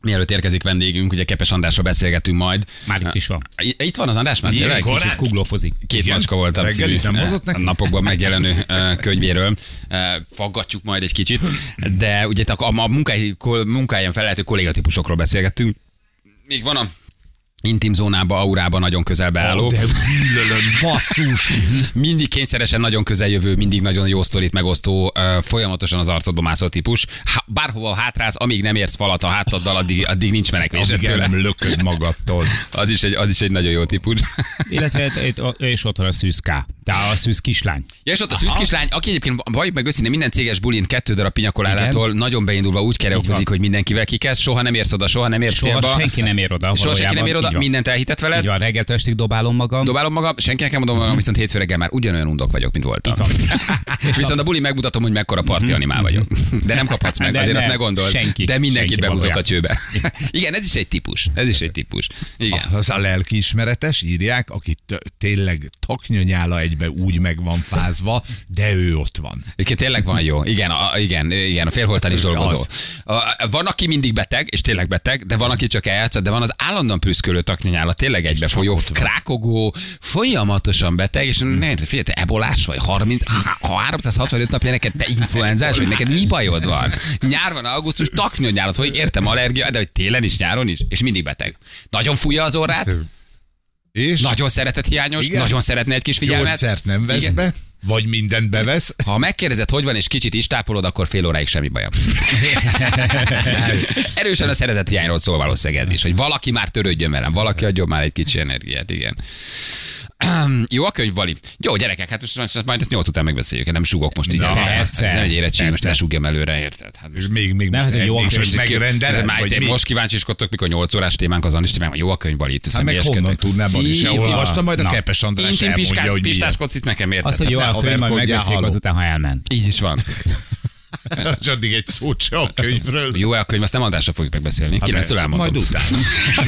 Mielőtt érkezik vendégünk, ugye Kepes Andrásról beszélgetünk majd. Már itt is van. Itt van az András már? Milyen Tényleg? korán? Kicsit Kuglófozik. Két Igen. macska voltam Reggel című itt nem hozott a neki? napokban megjelenő ö, könyvéről. Ö, Faggatjuk majd egy kicsit, de ugye a, a munkai, munkáján felelhető kollégatípusokról beszélgettünk. Még van a intim zónába, aurába nagyon közelbe álló. Oh, de gyűlölöm, basszus. Mindig kényszeresen nagyon közeljövő, mindig nagyon jó sztorit megosztó, ö, folyamatosan az arcodba mászó típus. Há, bárhova hátráz, amíg nem érsz falat a hátaddal, addig, addig nincs menekvés. Amíg el nem lököd magadtól. Az is, egy, az is egy nagyon jó típus. Illetve itt, és ott van a szűz K. Tehát a szűz kislány. Ja, és ott a szűz kislány, aki egyébként valljuk meg őszintén minden céges bulin kettő darab pinyakoládától nagyon beindulva úgy kereokozik, hogy mindenkivel kikezd, soha nem érsz oda, soha nem érsz Soha célba. senki nem ér oda. Soha senki nem ér oda, mindent elhitet veled. Így van, reggeltől estig dobálom magam. Dobálom magam, senkinek nem mondom magam, viszont hétfő reggel már ugyanolyan undok vagyok, mint voltam. Viszont a buli megmutatom, hogy mekkora parti animál vagyok. De nem kaphatsz meg, De azért nem, azt ne gondold. senki, De mindenkit senki behúzok a valójában. csőbe. Igen, ez is egy típus. Ez is egy típus. Igen. Az a lelkiismeretes, írják, aki t- tényleg taknyanyála egybe úgy meg van fázva, de ő ott van. Egyébként tényleg van jó. Igen, a, igen, igen, a félholtan is dolgozó. Az. A, van, aki mindig beteg, és tényleg beteg, de van, aki csak eljátszott, de van az állandóan prüszkölő taknyanyála, tényleg egybefolyó, krákogó, folyamatosan beteg, és ne, figyelj, te ebolás vagy, harminc, háromszázhatvanöt napja neked te influenzás vagy, neked mi bajod van? Nyár van, augusztus, taknyanyálat folyik, értem, allergia, de hogy télen is, nyáron is, és mindig beteg. Nagyon fújja az orrát, És nagyon szeretethiányos, Igen. nagyon szeretne egy kis figyelmet. gyógyszert nem vesz Igen. be, vagy mindent bevesz. Ha megkérdezed, hogy van, és kicsit is tápolod, akkor fél óráig semmi bajom. Erősen a szeretethiányról szól valószínűleg ez is, hogy valaki már törődjön velem, valaki adjon már egy kicsi energiát, igen. Jó a könyv, Vali. Jó, gyerekek, hát most majd ezt nyolc után megbeszéljük, nem súgok most így. Na, előre. persze, Ez nem egy érettségi, most persze. ne súgjam előre, érted? Hát És még, még Nem, most, hát, hogy jó a még könyv. most megrendeled, Már vagy te mi? most kíváncsiskodtok, mikor nyolc órás témánk az Anistimán, jó a könyv, Vali, itt Hát meg honnan tudnám, Bali se Így van. olvastam, majd a Na. Kepes András Intim elmondja, piskás, hogy milyen. piskáskodsz itt nekem, érted? Az, hogy jó Hát a könyv, majd haverkodjál, megbeszéljük haló. azután, ha elment. így is van. És addig egy szót se a könyvről. Jó a könyv, azt nem Andrásra fogjuk megbeszélni. kilenctől elmondom. Majd utána.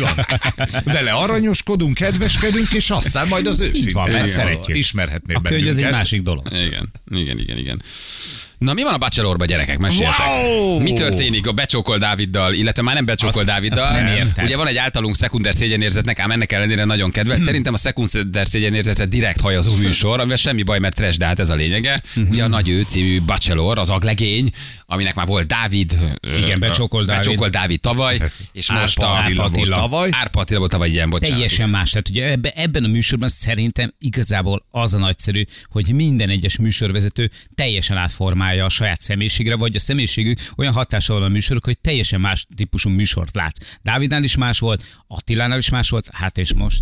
Jó. Vele aranyoskodunk, kedveskedünk, és aztán majd az őszinte. van, mert Igen. szeretjük. Ismerhetnél A könyv az egy bennünket. másik dolog. Igen, igen, igen, igen. Na, mi van a Bachelorban, gyerekek? Meséltek. Wow! Mi történik a Becsókol Dáviddal, illetve már nem Becsókol Azt- Dáviddal. azt nem értem. Ugye van egy általunk szekunder szégyenérzetnek, ám ennek ellenére nagyon kedvelt. Szerintem a szekunder szégyenérzetre direkt hajazó műsor, amivel semmi baj, mert trash, de hát ez a lényege. Ugye a Nagy Ő című Bachelor, az aglegény, aminek már volt Dávid. Igen, Becsókol Dávid. Becsókol Dávid tavaly, és most Árpa a Attila volt Attila. tavaly. Árpa Attila volt tavaly, ilyen, bocsánat. Teljesen más. Tehát ugye ebbe, ebben a műsorban szerintem igazából az a nagyszerű, hogy minden egyes műsorvezető teljesen átformálja a saját személyiségre, vagy a személyiségük olyan hatással van a műsorok, hogy teljesen más típusú műsort látsz. Dávidnál is más volt, Attilánál is más volt, hát és most.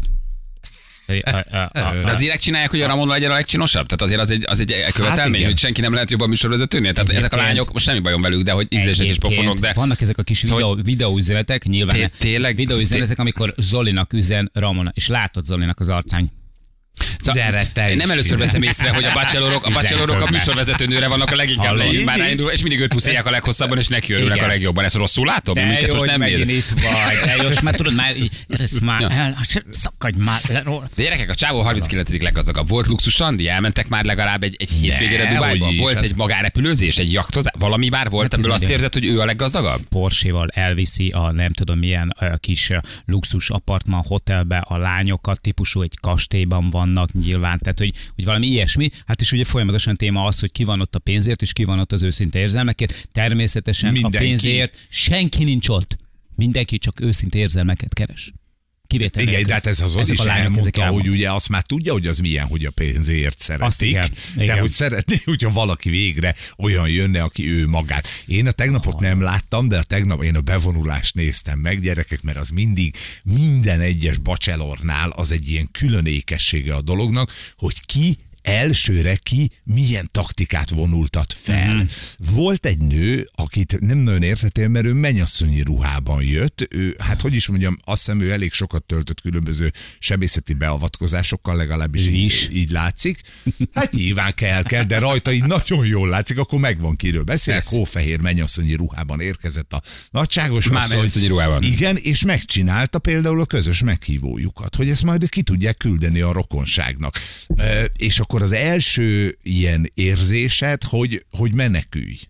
A, a, a, a, De az direkt csinálják, hogy a Ramon legyen a legcsinosabb? Tehát azért az egy, az egy követelmény, igen. hogy senki nem lehet jobban műsorvezetőnél? Tehát ezek a Egyébként- lányok, most semmi bajom velük, de hogy ízlések és Egyébként pofonok, de vannak ezek a kis Szóval, videó, videóüzenetek, nyilván Té- tényleg- videóüzenetek, amikor Zolinak üzen Ramona, és látod Zolinak az arcán. Szóval Gyere, te én nem is. először veszem észre, hogy a bachelorok, a bachelorok a Üzenködnek. műsorvezetőnőre vannak a leginkább, Hallod? legjobb, már Így, ráindul, és mindig őt puszilják a leghosszabban, és neki örülnek Igen. a legjobban. Ezt rosszul látom? De Mint ezt jó, most hogy nem megint néz. itt vagy. De jó, és már tudod, már így, ez már, Ja. el, szakadj már le róla. De gyerekek, a csávó harminckilencedik leggazdagabb. Volt luxus Andi? Elmentek már legalább egy, egy hétvégére Dubájba? hogy is, Volt hát- egy magánrepülőzés, egy jachtozás? Valami már volt, Hát ez ebből azt ugye- érzed, hogy ő a leggazdagabb? Porséval elviszi a nem tudom milyen ö, kis ö, luxus apartman hotelbe a lányokat, típusú egy kastélyban vannak nyilván, tehát hogy, hogy valami ilyesmi. Hát és ugye folyamatosan téma az, hogy ki van ott a pénzért, és ki van ott az őszinte érzelmekért. Természetesen Mindenki. a pénzért senki nincs ott. Mindenki csak őszinte érzelmeket keres. Kivétel Igen, nélkül. de hát ez az Ezek is a lányok, ezek elmondta, hogy elmondták. ugye azt már tudja, hogy az milyen, hogy a pénzért szeretik, Azt igen, de igen. hogy szeretné, hogyha valaki végre olyan jönne, aki ő magát. Én a tegnapot nem láttam, de a tegnap én a bevonulást néztem meg, gyerekek, mert az mindig, minden egyes bachelornál az egy ilyen külön ékessége a dolognak, hogy ki elsőre ki milyen taktikát vonultat fel. Mm. Volt egy nő, akit nem nagyon értettem, mert ő mennyasszonyi ruhában jött. Ő, hát hogy is mondjam, azt hiszem, ő elég sokat töltött különböző sebészeti beavatkozásokkal, legalábbis így, is. így látszik. Hát nyilván kell, kell, de rajta így nagyon jól látszik, akkor megvan, kiről beszélek. Persze. Hófehér mennyasszonyi ruhában érkezett a nagyságos Már asszony. mennyasszonyi ruhában. Igen, és megcsinálta például a közös meghívójukat, hogy ezt majd ki tudják küldeni a rokonságnak. E, és akkor az első ilyen érzésed, hogy, hogy menekülj.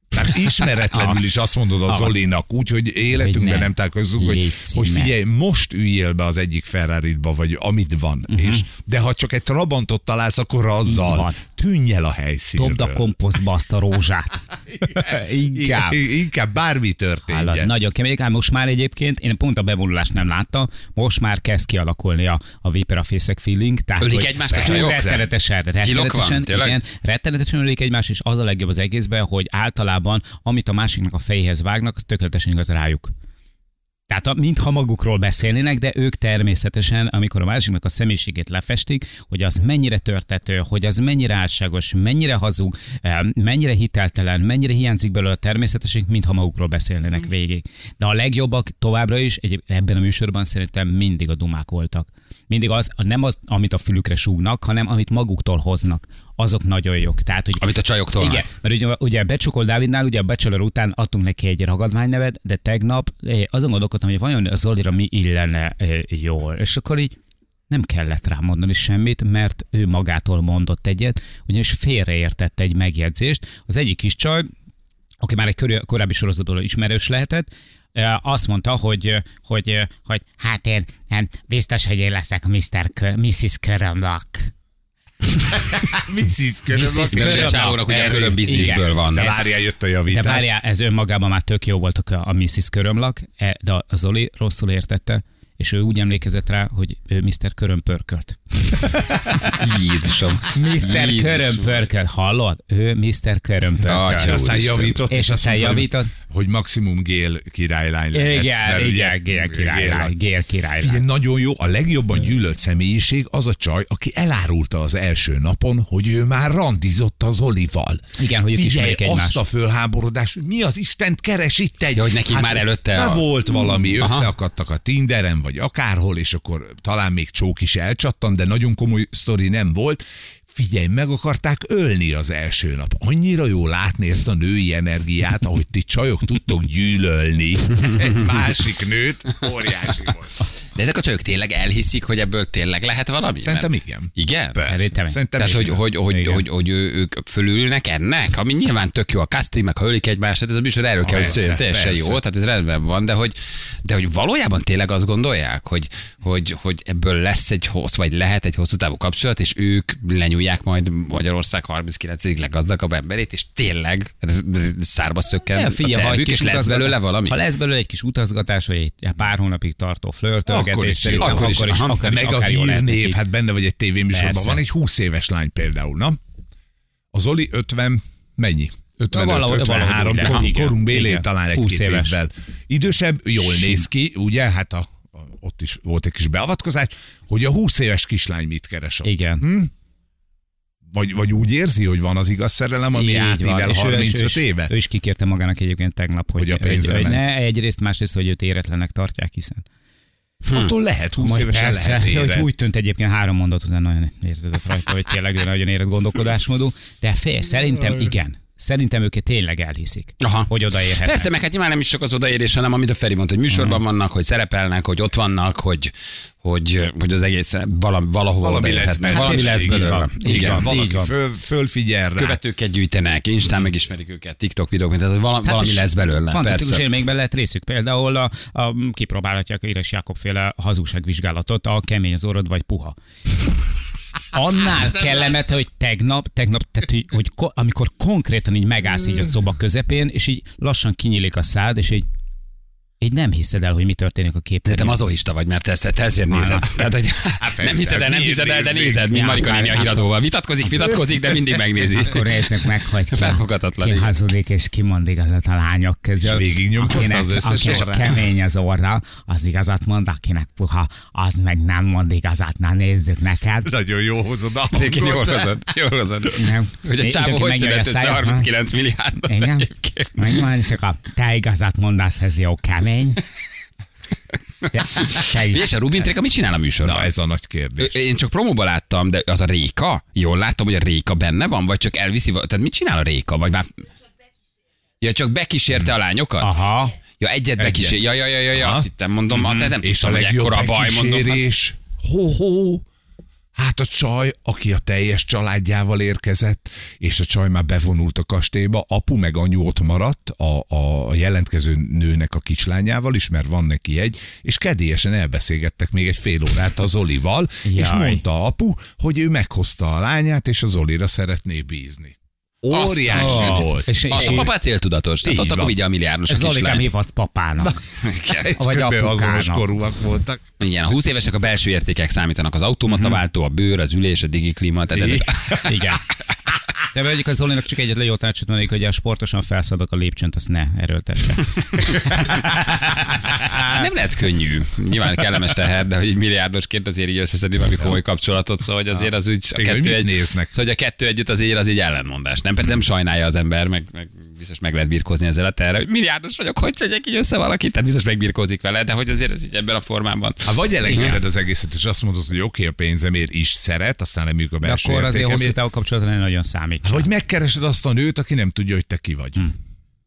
Tehát ismeretlenül is azt mondod a Zolinak, úgyhogy életünkben nem. nem találkozunk, hogy, hogy figyelj, most üljél be az egyik Ferraritba, vagy amit van, uh-huh. és, de ha csak egy Trabantot találsz, akkor azzal tűnj el a helyszínről. Dobd a komposztba azt a rózsát. Inkább. Inkább bármi történjen. Hallad, nagyon kemény. Most már egyébként, én pont a bevonulást nem láttam, most már kezd kialakulni a, a véperafészek feeling. Tehát, ölik hogy egymást a csajok? Rettenetesen, rettenetesen, igen, rettenetesen ölik egymást, és az a legjobb az egészben, hogy általában, amit a másiknak a fejéhez vágnak, az tökéletesen igaz rájuk. Tehát mintha magukról beszélnének, de ők természetesen, amikor a másiknak a személyiségét lefestik, hogy az mennyire törtető, hogy az mennyire álságos, mennyire hazug, mennyire hiteltelen, mennyire hiányzik belőle a természetesség, mintha magukról beszélnének végig. De a legjobbak továbbra is, egy, ebben a műsorban szerintem mindig a dumák voltak. Mindig az, nem az, amit a fülükre súgnak, hanem amit maguktól hoznak. Azok nagyon jók. Tehát, hogy amit a csajoktól. Igen, mert ugye, ugye Becsukol Dávidnál, ugye a Bachelor után adtunk neki egy ragadványnevet, de tegnap azon gondolkodtam, hogy vajon a Zolira mi illene jól. És akkor így nem kellett rá mondani semmit, mert ő magától mondott egyet, ugyanis félreértett egy megjegyzést. Az egyik kis csaj, aki már egy korábbi sorozatból ismerős lehetett, azt mondta, hogy, hogy, hogy hát én, én biztos, hogy én leszek miszter Kör, missziz Körömlak. missziz Körömlak. A csávónak ugye köröm bizniszből van. De várjál, jött a javítás. De várjál, ez önmagában már tök jó volt a, a missziz Körömlak, de a Zoli rosszul értette, és ő úgy emlékezett rá, hogy ő miszter Körömpörkölt. Jézusom. miszter Körömpörkölt, hallod? Ő miszter Körömpörkölt. És aztán javított, és, és aztán mondta, javított. Hogy maximum Gél királylány lehetsz. Igen, igen, Gél királylány, Gél királylány. Figyelj, nagyon jó, a legjobban gyűlölt személyiség az a csaj, aki elárulta az első napon, hogy ő már randizott a Zolival. Igen, hogy ők ismerik egymást. Azt a fölháborodás, mi az Istent keres itt egy... Ja, hogy nekik hát, már előtte... Már a... volt valami, Aha. összeakadtak a Tinderen, vagy akárhol, és akkor talán még csók is elcsattan, de nagyon komoly sztori nem volt. Figyelj, meg akarták ölni az első nap. Annyira jó látni ezt a női energiát, ahogy ti csajok tudtok gyűlölni egy másik nőt, óriási volt. De ezek a csajok tényleg elhiszik, hogy ebből tényleg lehet valami? Szerintem igen. Igen? Szerintem. Szerintem Tehát, hogy, igen. hogy, hogy, hogy, hogy ők fölülnek ennek, ami nyilván tök jó a casting, meg ha ölik egymást, tehát ez a műsor erről kell, hogy szóljon, teljesen jó, tehát ez rendben van, de hogy, de hogy valójában tényleg azt gondolják, hogy, hogy, hogy ebből lesz egy hossz, vagy lehet egy hosszú távú kapcsolat, és ők lenyúlják majd Magyarország harminckilencedik leggazdagabb emberét, és tényleg szárba szökken ja, a figyelj, tervük, és lesz belőle valami? Ha lesz belőle egy kis utazgatás, vagy egy pár hónapig tartó flörtölgetés, akkor, akkor is, akkor is, akkor is, meg a hírnév, hát benne vagy egy tévéműsorban. Van egy húsz éves lány például, na? A Zoli ötven, mennyi? ötvenöt, ötvenhárom, korunk bélé talán egy-két évvel. Idősebb, jól néz ki, ugye? Hát a, a, ott is volt egy kis beavatkozás, hogy a húsz éves kislány mit keres ott. Igen. Hm? Vagy, vagy úgy érzi, hogy van az igaz szerelem, ami átível harmincöt éve? Ő is kikérte magának egyébként tegnap, hogy, hogy a pénzre hogy, hogy ne, egyrészt, másrészt, hogy őt éretlenek tartják, hiszen. Hm. Attól lehet, húsz évesen lehet éret. Hogy úgy tűnt egyébként három mondat után nagyon érződött rajta, hogy tényleg nagyon érett gondolkodásmódú, de fél, szerintem igen. Szerintem őket tényleg elhiszik, Aha. hogy odaérhetnek. Persze, meg hát nyilván nem is csak az odaérés, hanem amit a Feri mondta, hogy műsorban uh-huh. vannak, hogy szerepelnek, hogy ott vannak, hogy, hogy, hogy az egész valami, valahova valami lesz belőle. Valami lesz belőle. Igen, valaki föl, fölfigyel rá. Követőket gyűjtenek, Instán megismerik őket, TikTok videók, tehát valami, hát valami lesz belőle. Fantasztikus élményben lehet részük. Például a, a, kipróbálhatják a Éres Jákob féle hazugságvizsgálatot, a kemény az orrod vagy puha. Annál kellemet, hogy tegnap, tegnap, tehát, hogy, hogy ko, amikor konkrétan így megállsz így a szoba közepén, és így lassan kinyílik a szád, és így így nem hiszed el, hogy mi történik a képen. De te mazohista vagy, mert te, ezt, te ezért nézed. Tehát, hogy hát nem hiszed el, nem hiszed el, de nézed, mint Marika néni a híradóval. Vitatkozik, vitatkozik, de mindig megnézi. Akkor nézzük meg, hogy ki, ki hazudik, és ki mond igazat a lányok közül. Végignyomkodta az összes orrát. Kemény az orra, az igazat mond, akinek puha, az meg nem mond igazat. Na nézzük neked. Nagyon jó hozod a hangot. Jól hozod, jól hozod. Hogy a csávó hogy szedett össze harminckilenc milliárdot. Igen. Megmondjuk, a te igazat mondasz, ez jó kemény. És a Rubin Tréka mit csinál a műsorban? Na, ez a nagy kérdés. Én csak promóban láttam, de az a Réka? Jól láttam, hogy a Réka benne van, vagy csak elviszi? Tehát mit csinál a Réka? Vagy már... Ja, csak bekísérte a lányokat? Aha. Ja, egyet bekísér. Ja, ja, ja, ja, ja, azt hittem, mondom, mm-hmm. te nem és a legjobb baj, bekísérés. Ho-ho. Hát a csaj, aki a teljes családjával érkezett, és a csaj már bevonult a kastélyba, apu meg anyu ott maradt a, a jelentkező nőnek a kislányával is, mert van neki egy, és kedélyesen elbeszélgettek még egy fél órát az Zolival, és mondta apu, hogy ő meghozta a lányát, és a Zolira szeretné bízni. Óriási Azt- volt. És- Az a papá céltudatos. Tehát Így ott akkor van. vigye a milliárdos a Ez Zolikám kislányt. hívott papának. Vagy Kb. azonos apukának. korúak voltak. Igen, a húsz évesek a belső értékek számítanak, az automataváltó, a bőr, az ülés, a digiklíma, tehát ezek, Igen. De mondjuk a Zolinak csak egyetlen jó tanácsot mondanék, hogy a sportosan felszabak a lépcsőnt, azt ne erőltesse. nem lehet könnyű. Nyilván kellemes teher, de hogy egy milliárdosként azért így összeszedni valami komoly kapcsolatot, szóval hogy azért az úgy a Igen, kettő mit egy, néznek? szóval, hogy a kettő együtt azért az egy ellenmondás. Nem, persze nem sajnálja az ember, meg, meg biztos meg lehet birkózni ezzel a terre, hogy milliárdos vagyok, hogy szedjek így össze valakit, tehát biztos megbirkózik vele, de hogy azért ez így ebben a formában. Hát vagy elengeded az egészet, és azt mondod, hogy oké, a pénzemért is szeret, aztán nem működik a De belső akkor azért hosszú értékemért. távú kapcsolata nem nagyon számít. Vagy megkeresed azt a nőt, aki nem tudja, hogy te ki vagy. Hm?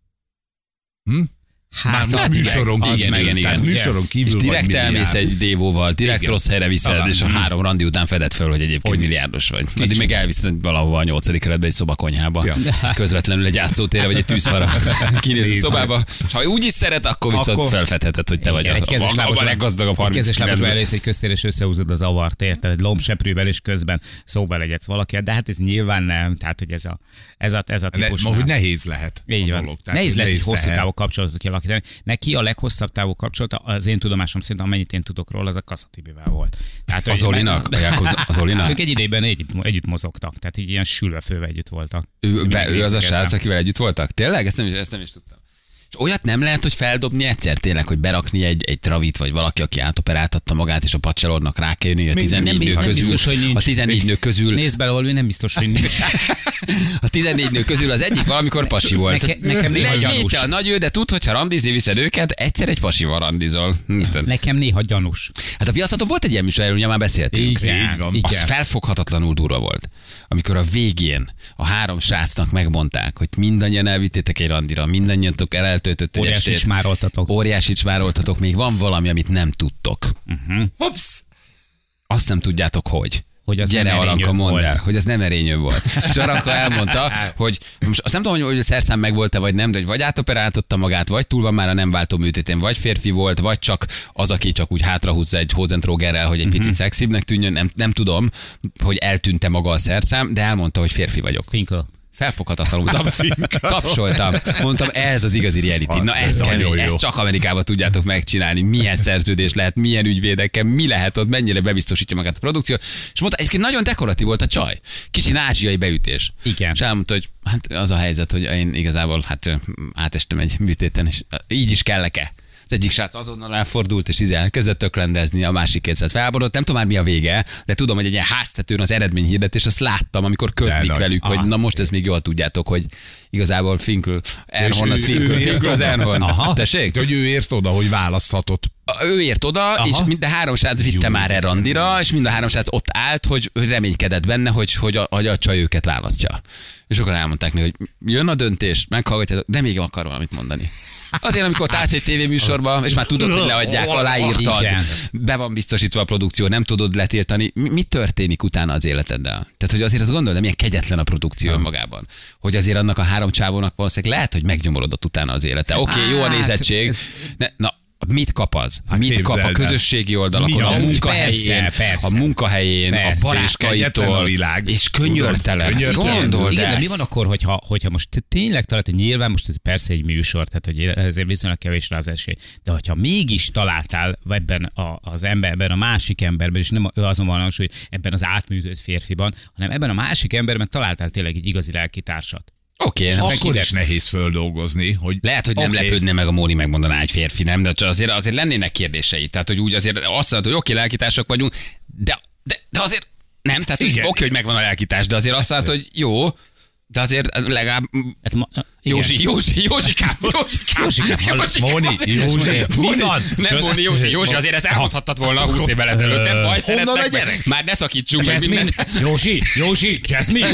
Hm? Már most az műsoron meg- az kívül, igen, igen, tehát igen. műsoron És kívül vagy direkt elmész milliárd. egy dévóval, direkt Igen. rossz helyre viszed, Talán. és a három randi után feded föl, hogy egyébként Hogy? milliárdos vagy. Addig meg elviszed valahova a nyolcadik keretbe egy szobakonyhába, Ja. közvetlenül egy játszótérre, vagy egy tűzfara kinéz a Nézd. szobába. És ha úgy is szeret, akkor viszont Akkor- felfedheted, hogy te vagy Igen, egy a, kezes a, a lábasban- leggazdagabb egy kezes lábasban harminckilencben. eljössz egy köztér, és összehúzod az avart, érted? Egy lombseprűvel, és közben szóba legyedsz valakivel, de hát ez nyilván nem, tehát hogy ez a, ez a, ez a Ne, típus. ma, hogy nehéz lehet Így a van. dolog. Tehát, Nehéz hogy lehet egy hosszú teher. távú kapcsolatot kialakítani. Neki a leghosszabb távú kapcsolata, az én tudomásom szerint, amennyit én tudok róla, az a Kaszatibivel volt. Tehát, Az hogy- Olinak? A Jákob- Az Olinak? Ők egy idejében együtt, együtt mozogtak, tehát így ilyen sülve főve együtt voltak. Ő, be, ő az a Nézzük srác, ebben. akivel együtt voltak? Tényleg? Ezt nem is, ezt nem is tudtam. És olyat nem lehet, hogy feldobni egyszer tényleg, hogy berakni egy, egy travit, vagy valaki, aki átoperáltatta magát, és a pacselornak rá kell jönni, hogy a Még tizennégy nem- nő nem közül, biztos, hogy nincs. a tizennégy nő közül, Nézd bele, Olvi, nem biztos, hogy nincs. a tizennégy nő közül az egyik valamikor pasi volt. Neke- nekem néha Légy- gyanús. légy te a nagy ő, de tudd, hogyha randizni viszed őket, egyszer egy pasival randizol. Nekem néha gyanús. Hát a Viaszhaton volt egy ilyen műsor, erről ugye már beszéltünk. Így van. Az igen. felfoghatatlanul durva volt. Amikor a végén a három srácnak megmondták, hogy mindannyian elvittétek egy randira, mindannyiatok eltöltött egy Óriási estét. smároltatok. Óriási smároltatok, még van valami, amit nem tudtok. Hops! Azt nem tudjátok, hogy. Hogy az Gyere, nem Aranka, erényő mondd volt. el, hogy ez nem erényő volt. És Aranka elmondta, hogy most azt nem tudom, hogy a szerszám meg volt-e, vagy nem, de hogy vagy átoperáltotta magát, vagy túl van már a nem váltó műtétén, vagy férfi volt, vagy csak az, aki csak úgy hátrahúzza egy Hosentrógerrel, hogy egy Mhm. picit szexibbnek tűnjön, nem, nem tudom, hogy eltűnte maga a szerszám, de elmondta, hogy férfi vagyok. Finkel. Felfoghatatlanul tap- tapsoltam. Mondtam, ez az igazi reality. Az Na ez nagyon kemény, jó. ezt csak Amerikában tudjátok megcsinálni. Milyen szerződés lehet, milyen ügyvédekkel, mi lehet ott, mennyire bebiztosítja magát a produkció. És mondta, egyébként nagyon dekoratív volt a csaj. Kicsi ázsiai beütés. Igen. És elmondta, hogy hát az a helyzet, hogy én igazából hát átestem egy műtéten, és így is kellek-e. Az egyik srác azonnal elfordult, és izé elkezdett töklendezni, a másik kétszert felborodott. Nem tudom már mi a vége, de tudom, hogy egy ilyen háztetőn az eredményhirdetés, azt láttam, amikor közlik nagy. velük, hogy Az na most ezt még jól tudjátok, hogy igazából Finkl, Ernhorn az És ő- Finkl, ő ért Finkl az oda. Ernhorn. Aha. Tessék? Hogy ő ért oda, hogy választhatott. Ő ért oda, Aha. és mind a három srác vitte Jó. már el randira, és mind a három srác ott állt, hogy, hogy reménykedett benne, hogy, hogy, a, hogy a csaj őket választja. És akkor elmondták neki, hogy jön a döntés, meghallgatjátok, de még akar valamit mondani. Azért, amikor állsz egy tévéműsorban, és már tudod, hogy leadják, aláírtad, Igen. be van biztosítva a produkció, nem tudod letiltani. Mi, mi történik utána az életeddel? Tehát, hogy azért azt gondolod, de milyen kegyetlen a produkció önmagában. Hogy azért annak a három csávónak valószínűleg lehet, hogy megnyomorodott utána az élete. Oké, okay, jó a Hát, nézettség. ez- Ne, na, mit kap az? Hát Mit kap a képzeld el. közösségi oldalakon, a Minden. munkahelyén, Persze, persze. a munkahelyén, Persze. a És kegyetlen barátaitól, a világ. és könyörtelen. Tudod, Hát könyörtelen. Gondold Igen, de mi ezt. van akkor, hogyha, hogyha most t- tényleg találtál, nyilván most ez persze egy műsor, tehát hogy ezért viszonylag kevés rá az esély, de hogyha mégis találtál ebben a, az emberben, a másik emberben, és nem azon van az, hogy ebben az átműtött férfiban, hanem ebben a másik emberben találtál tényleg egy igazi lelkitársat. Oké, okay, Akkor kiderül. is nehéz földolgozni, hogy lehet, hogy nem Oké. lepődne meg a Móni, megmondaná egy férfi, nem? De azért, azért lennének kérdései. Tehát, hogy úgy azért azt mondod, hogy oké, lelkitársak vagyunk, de, de, de azért nem. Tehát oké, Igen. okay, hogy megvan a lelkitárs, de azért azt mondod, hogy jó, De azért legalább... Hát ma, igen. Józsi, Józsi, Józsikám, Józsikám, Józsikám, Józsikám, Móni, Józsi, mi van? Nem Móni, Józsi, Józsi, azért ezt elmondhattad volna húsz évvel ezelőtt, nem baj, Honnan a szeretlek gyerek? meg. Már ne szakítsunk meg Jasmine, mindent. Józsi, Józsi, Jasmine.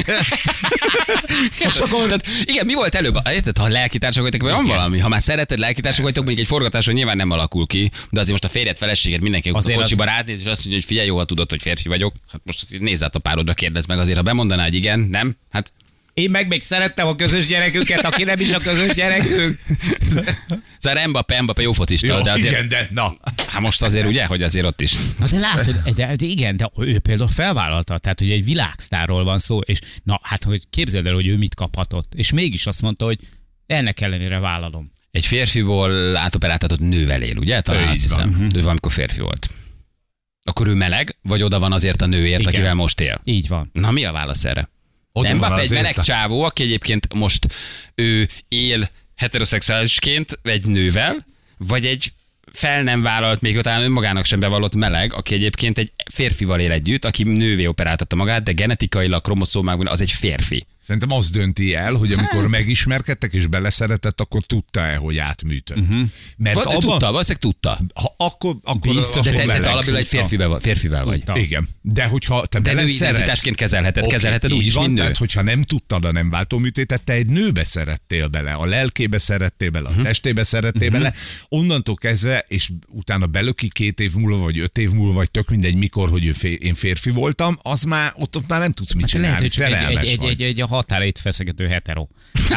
És akkor, tehát, igen, mi volt előbb? Érted, ha lelkitársak vagytok, vagy van valami? Ha már szereted, lelkitársak vagytok, mondjuk egy forgatáson nyilván nem alakul ki, de azért most a férjed, feleséged mindenki a Azért kocsiba az- ránéz, és azt mondja, hogy figyelj, jó, ha tudod, hogy férfi vagyok. Hát most azért nézz át a párodra, kérdezd meg azért, ha bemondaná, hogy igen, nem? Hát Én meg még szerettem a közös gyerekünket, aki nem is a közös gyerekünk. szóval Mbappé, Mbappé jó focista, Jó, de azért, igen, de na. hát most azért ugye, hogy azért ott is. Na de látod, de, de igen, de ő például felvállalta, tehát hogy egy világsztárról van szó, és na hát, hogy képzeld el, hogy ő mit kaphatott, és mégis azt mondta, hogy ennek ellenére vállalom. Egy férfiból átoperáltatott nővel él, ugye? Talán Ő azt így hiszem. van. Ő valamikor férfi volt. Akkor ő meleg, vagy oda van azért a nőért, Igen. akivel most él? Így van. Na mi a válasz erre? Oda Nem, van Mbappé egy azért meleg a- csávó, aki egyébként most ő él heteroszexuálisként egy nővel, vagy egy fel nem vállalt, még talán önmagának sem bevallott meleg, aki egyébként egy férfival él együtt, aki nővé operáltatta magát, de genetikailag, kromoszómákban az egy férfi. Szerintem az dönti el, hogy amikor megismerkedtek és beleszeretett, akkor tudta-e, hogy átműtött. Uh-huh. Mert Vagy abban, tudta, valószínűleg tudta. ha, akkor, akkor, Biztos, De akkor te, te meleg. alapból egy férfivel, vagy- férfivel vagy. Tudta. Igen, de hogyha te De női beleszeretsz- identitásként kezelheted, Oké, kezelheted úgy így is, van, mint nő. Tehát, hogyha nem tudtad a nem váltó műtétet, te egy nőbe szerettél bele, a lelkébe szerettél bele, a Mhm. testébe szerettél bele, onnantól kezdve, és utána belöki két év múlva, vagy öt év múlva, vagy tök mindegy mikor, hogy ő fér, én férfi voltam, az már, ott, ott már nem tudsz mit Hát lehet, csinálni, hogy csak egy, szerelmes egy, egy, vagy. egy, egy a határait feszegető hetero.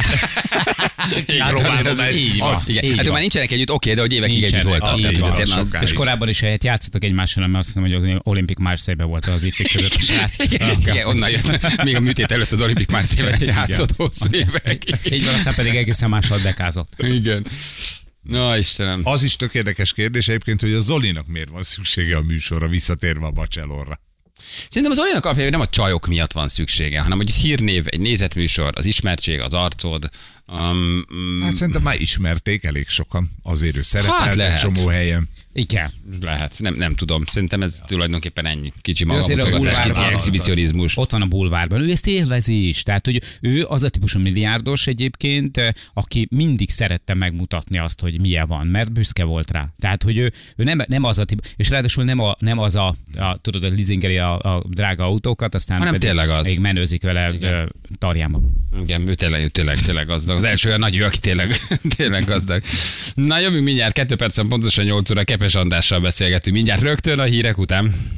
próbálom ez ezt, így van. azt. Igen. Így Hát ők van. már nincsenek együtt, oké, de hogy évekig Nincsenek. együtt voltak. Így Tehát, hogy van. azért már- Sokáig. És korábban is helyet játszatok egymásra, mert azt hiszem, hogy az Olimpik Marseille-be volt az itt között a srác. Igen, onnan jött. Még a műtét előtt az Olimpik Marseille-ben játszott hosszú évekig. Így van, aztán pedig egészen máshol bekázott. Igen. Na Istenem. Az is tök érdekes kérdés egyébként, hogy a Zolinak miért van szüksége a műsorra, visszatérve a Bachelorra. Szerintem az olyanok alapján, hogy nem a csajok miatt van szüksége, hanem hogy egy hírnév, egy nézetműsor, az ismertség, az arcod. Um, um, Hát szerintem már ismerték elég sokan, azért ő szerepelt Hát egy lehet. csomó helyen. Igen. lehet, nem, nem tudom. Szerintem ez tulajdonképpen ennyi. Kicsi azért a magamutogatás, kicsi bulvárban exhibicionizmus. Ott van a bulvárban. Ő ezt élvezi is. Tehát, hogy ő az a típusú milliárdos egyébként, eh, aki mindig szerette megmutatni azt, hogy milyen van, mert büszke volt rá. Tehát, hogy ő, ő nem, nem az a típus, és ráadásul nem, a, nem az a, a tudod, a leasingeri a, a drága autókat, aztán Hanem pedig tényleg az. még menőzik vele ö, Tarjámba. Igen, ő tényleg, ő tényleg, tényleg gazdag. Az első olyan nagy ő, aki tényleg, tényleg gazdag. Na jövünk mindjárt, kettő percen pontosan nyolc óra Kepes Andrással beszélgetünk. Mindjárt rögtön a hírek után.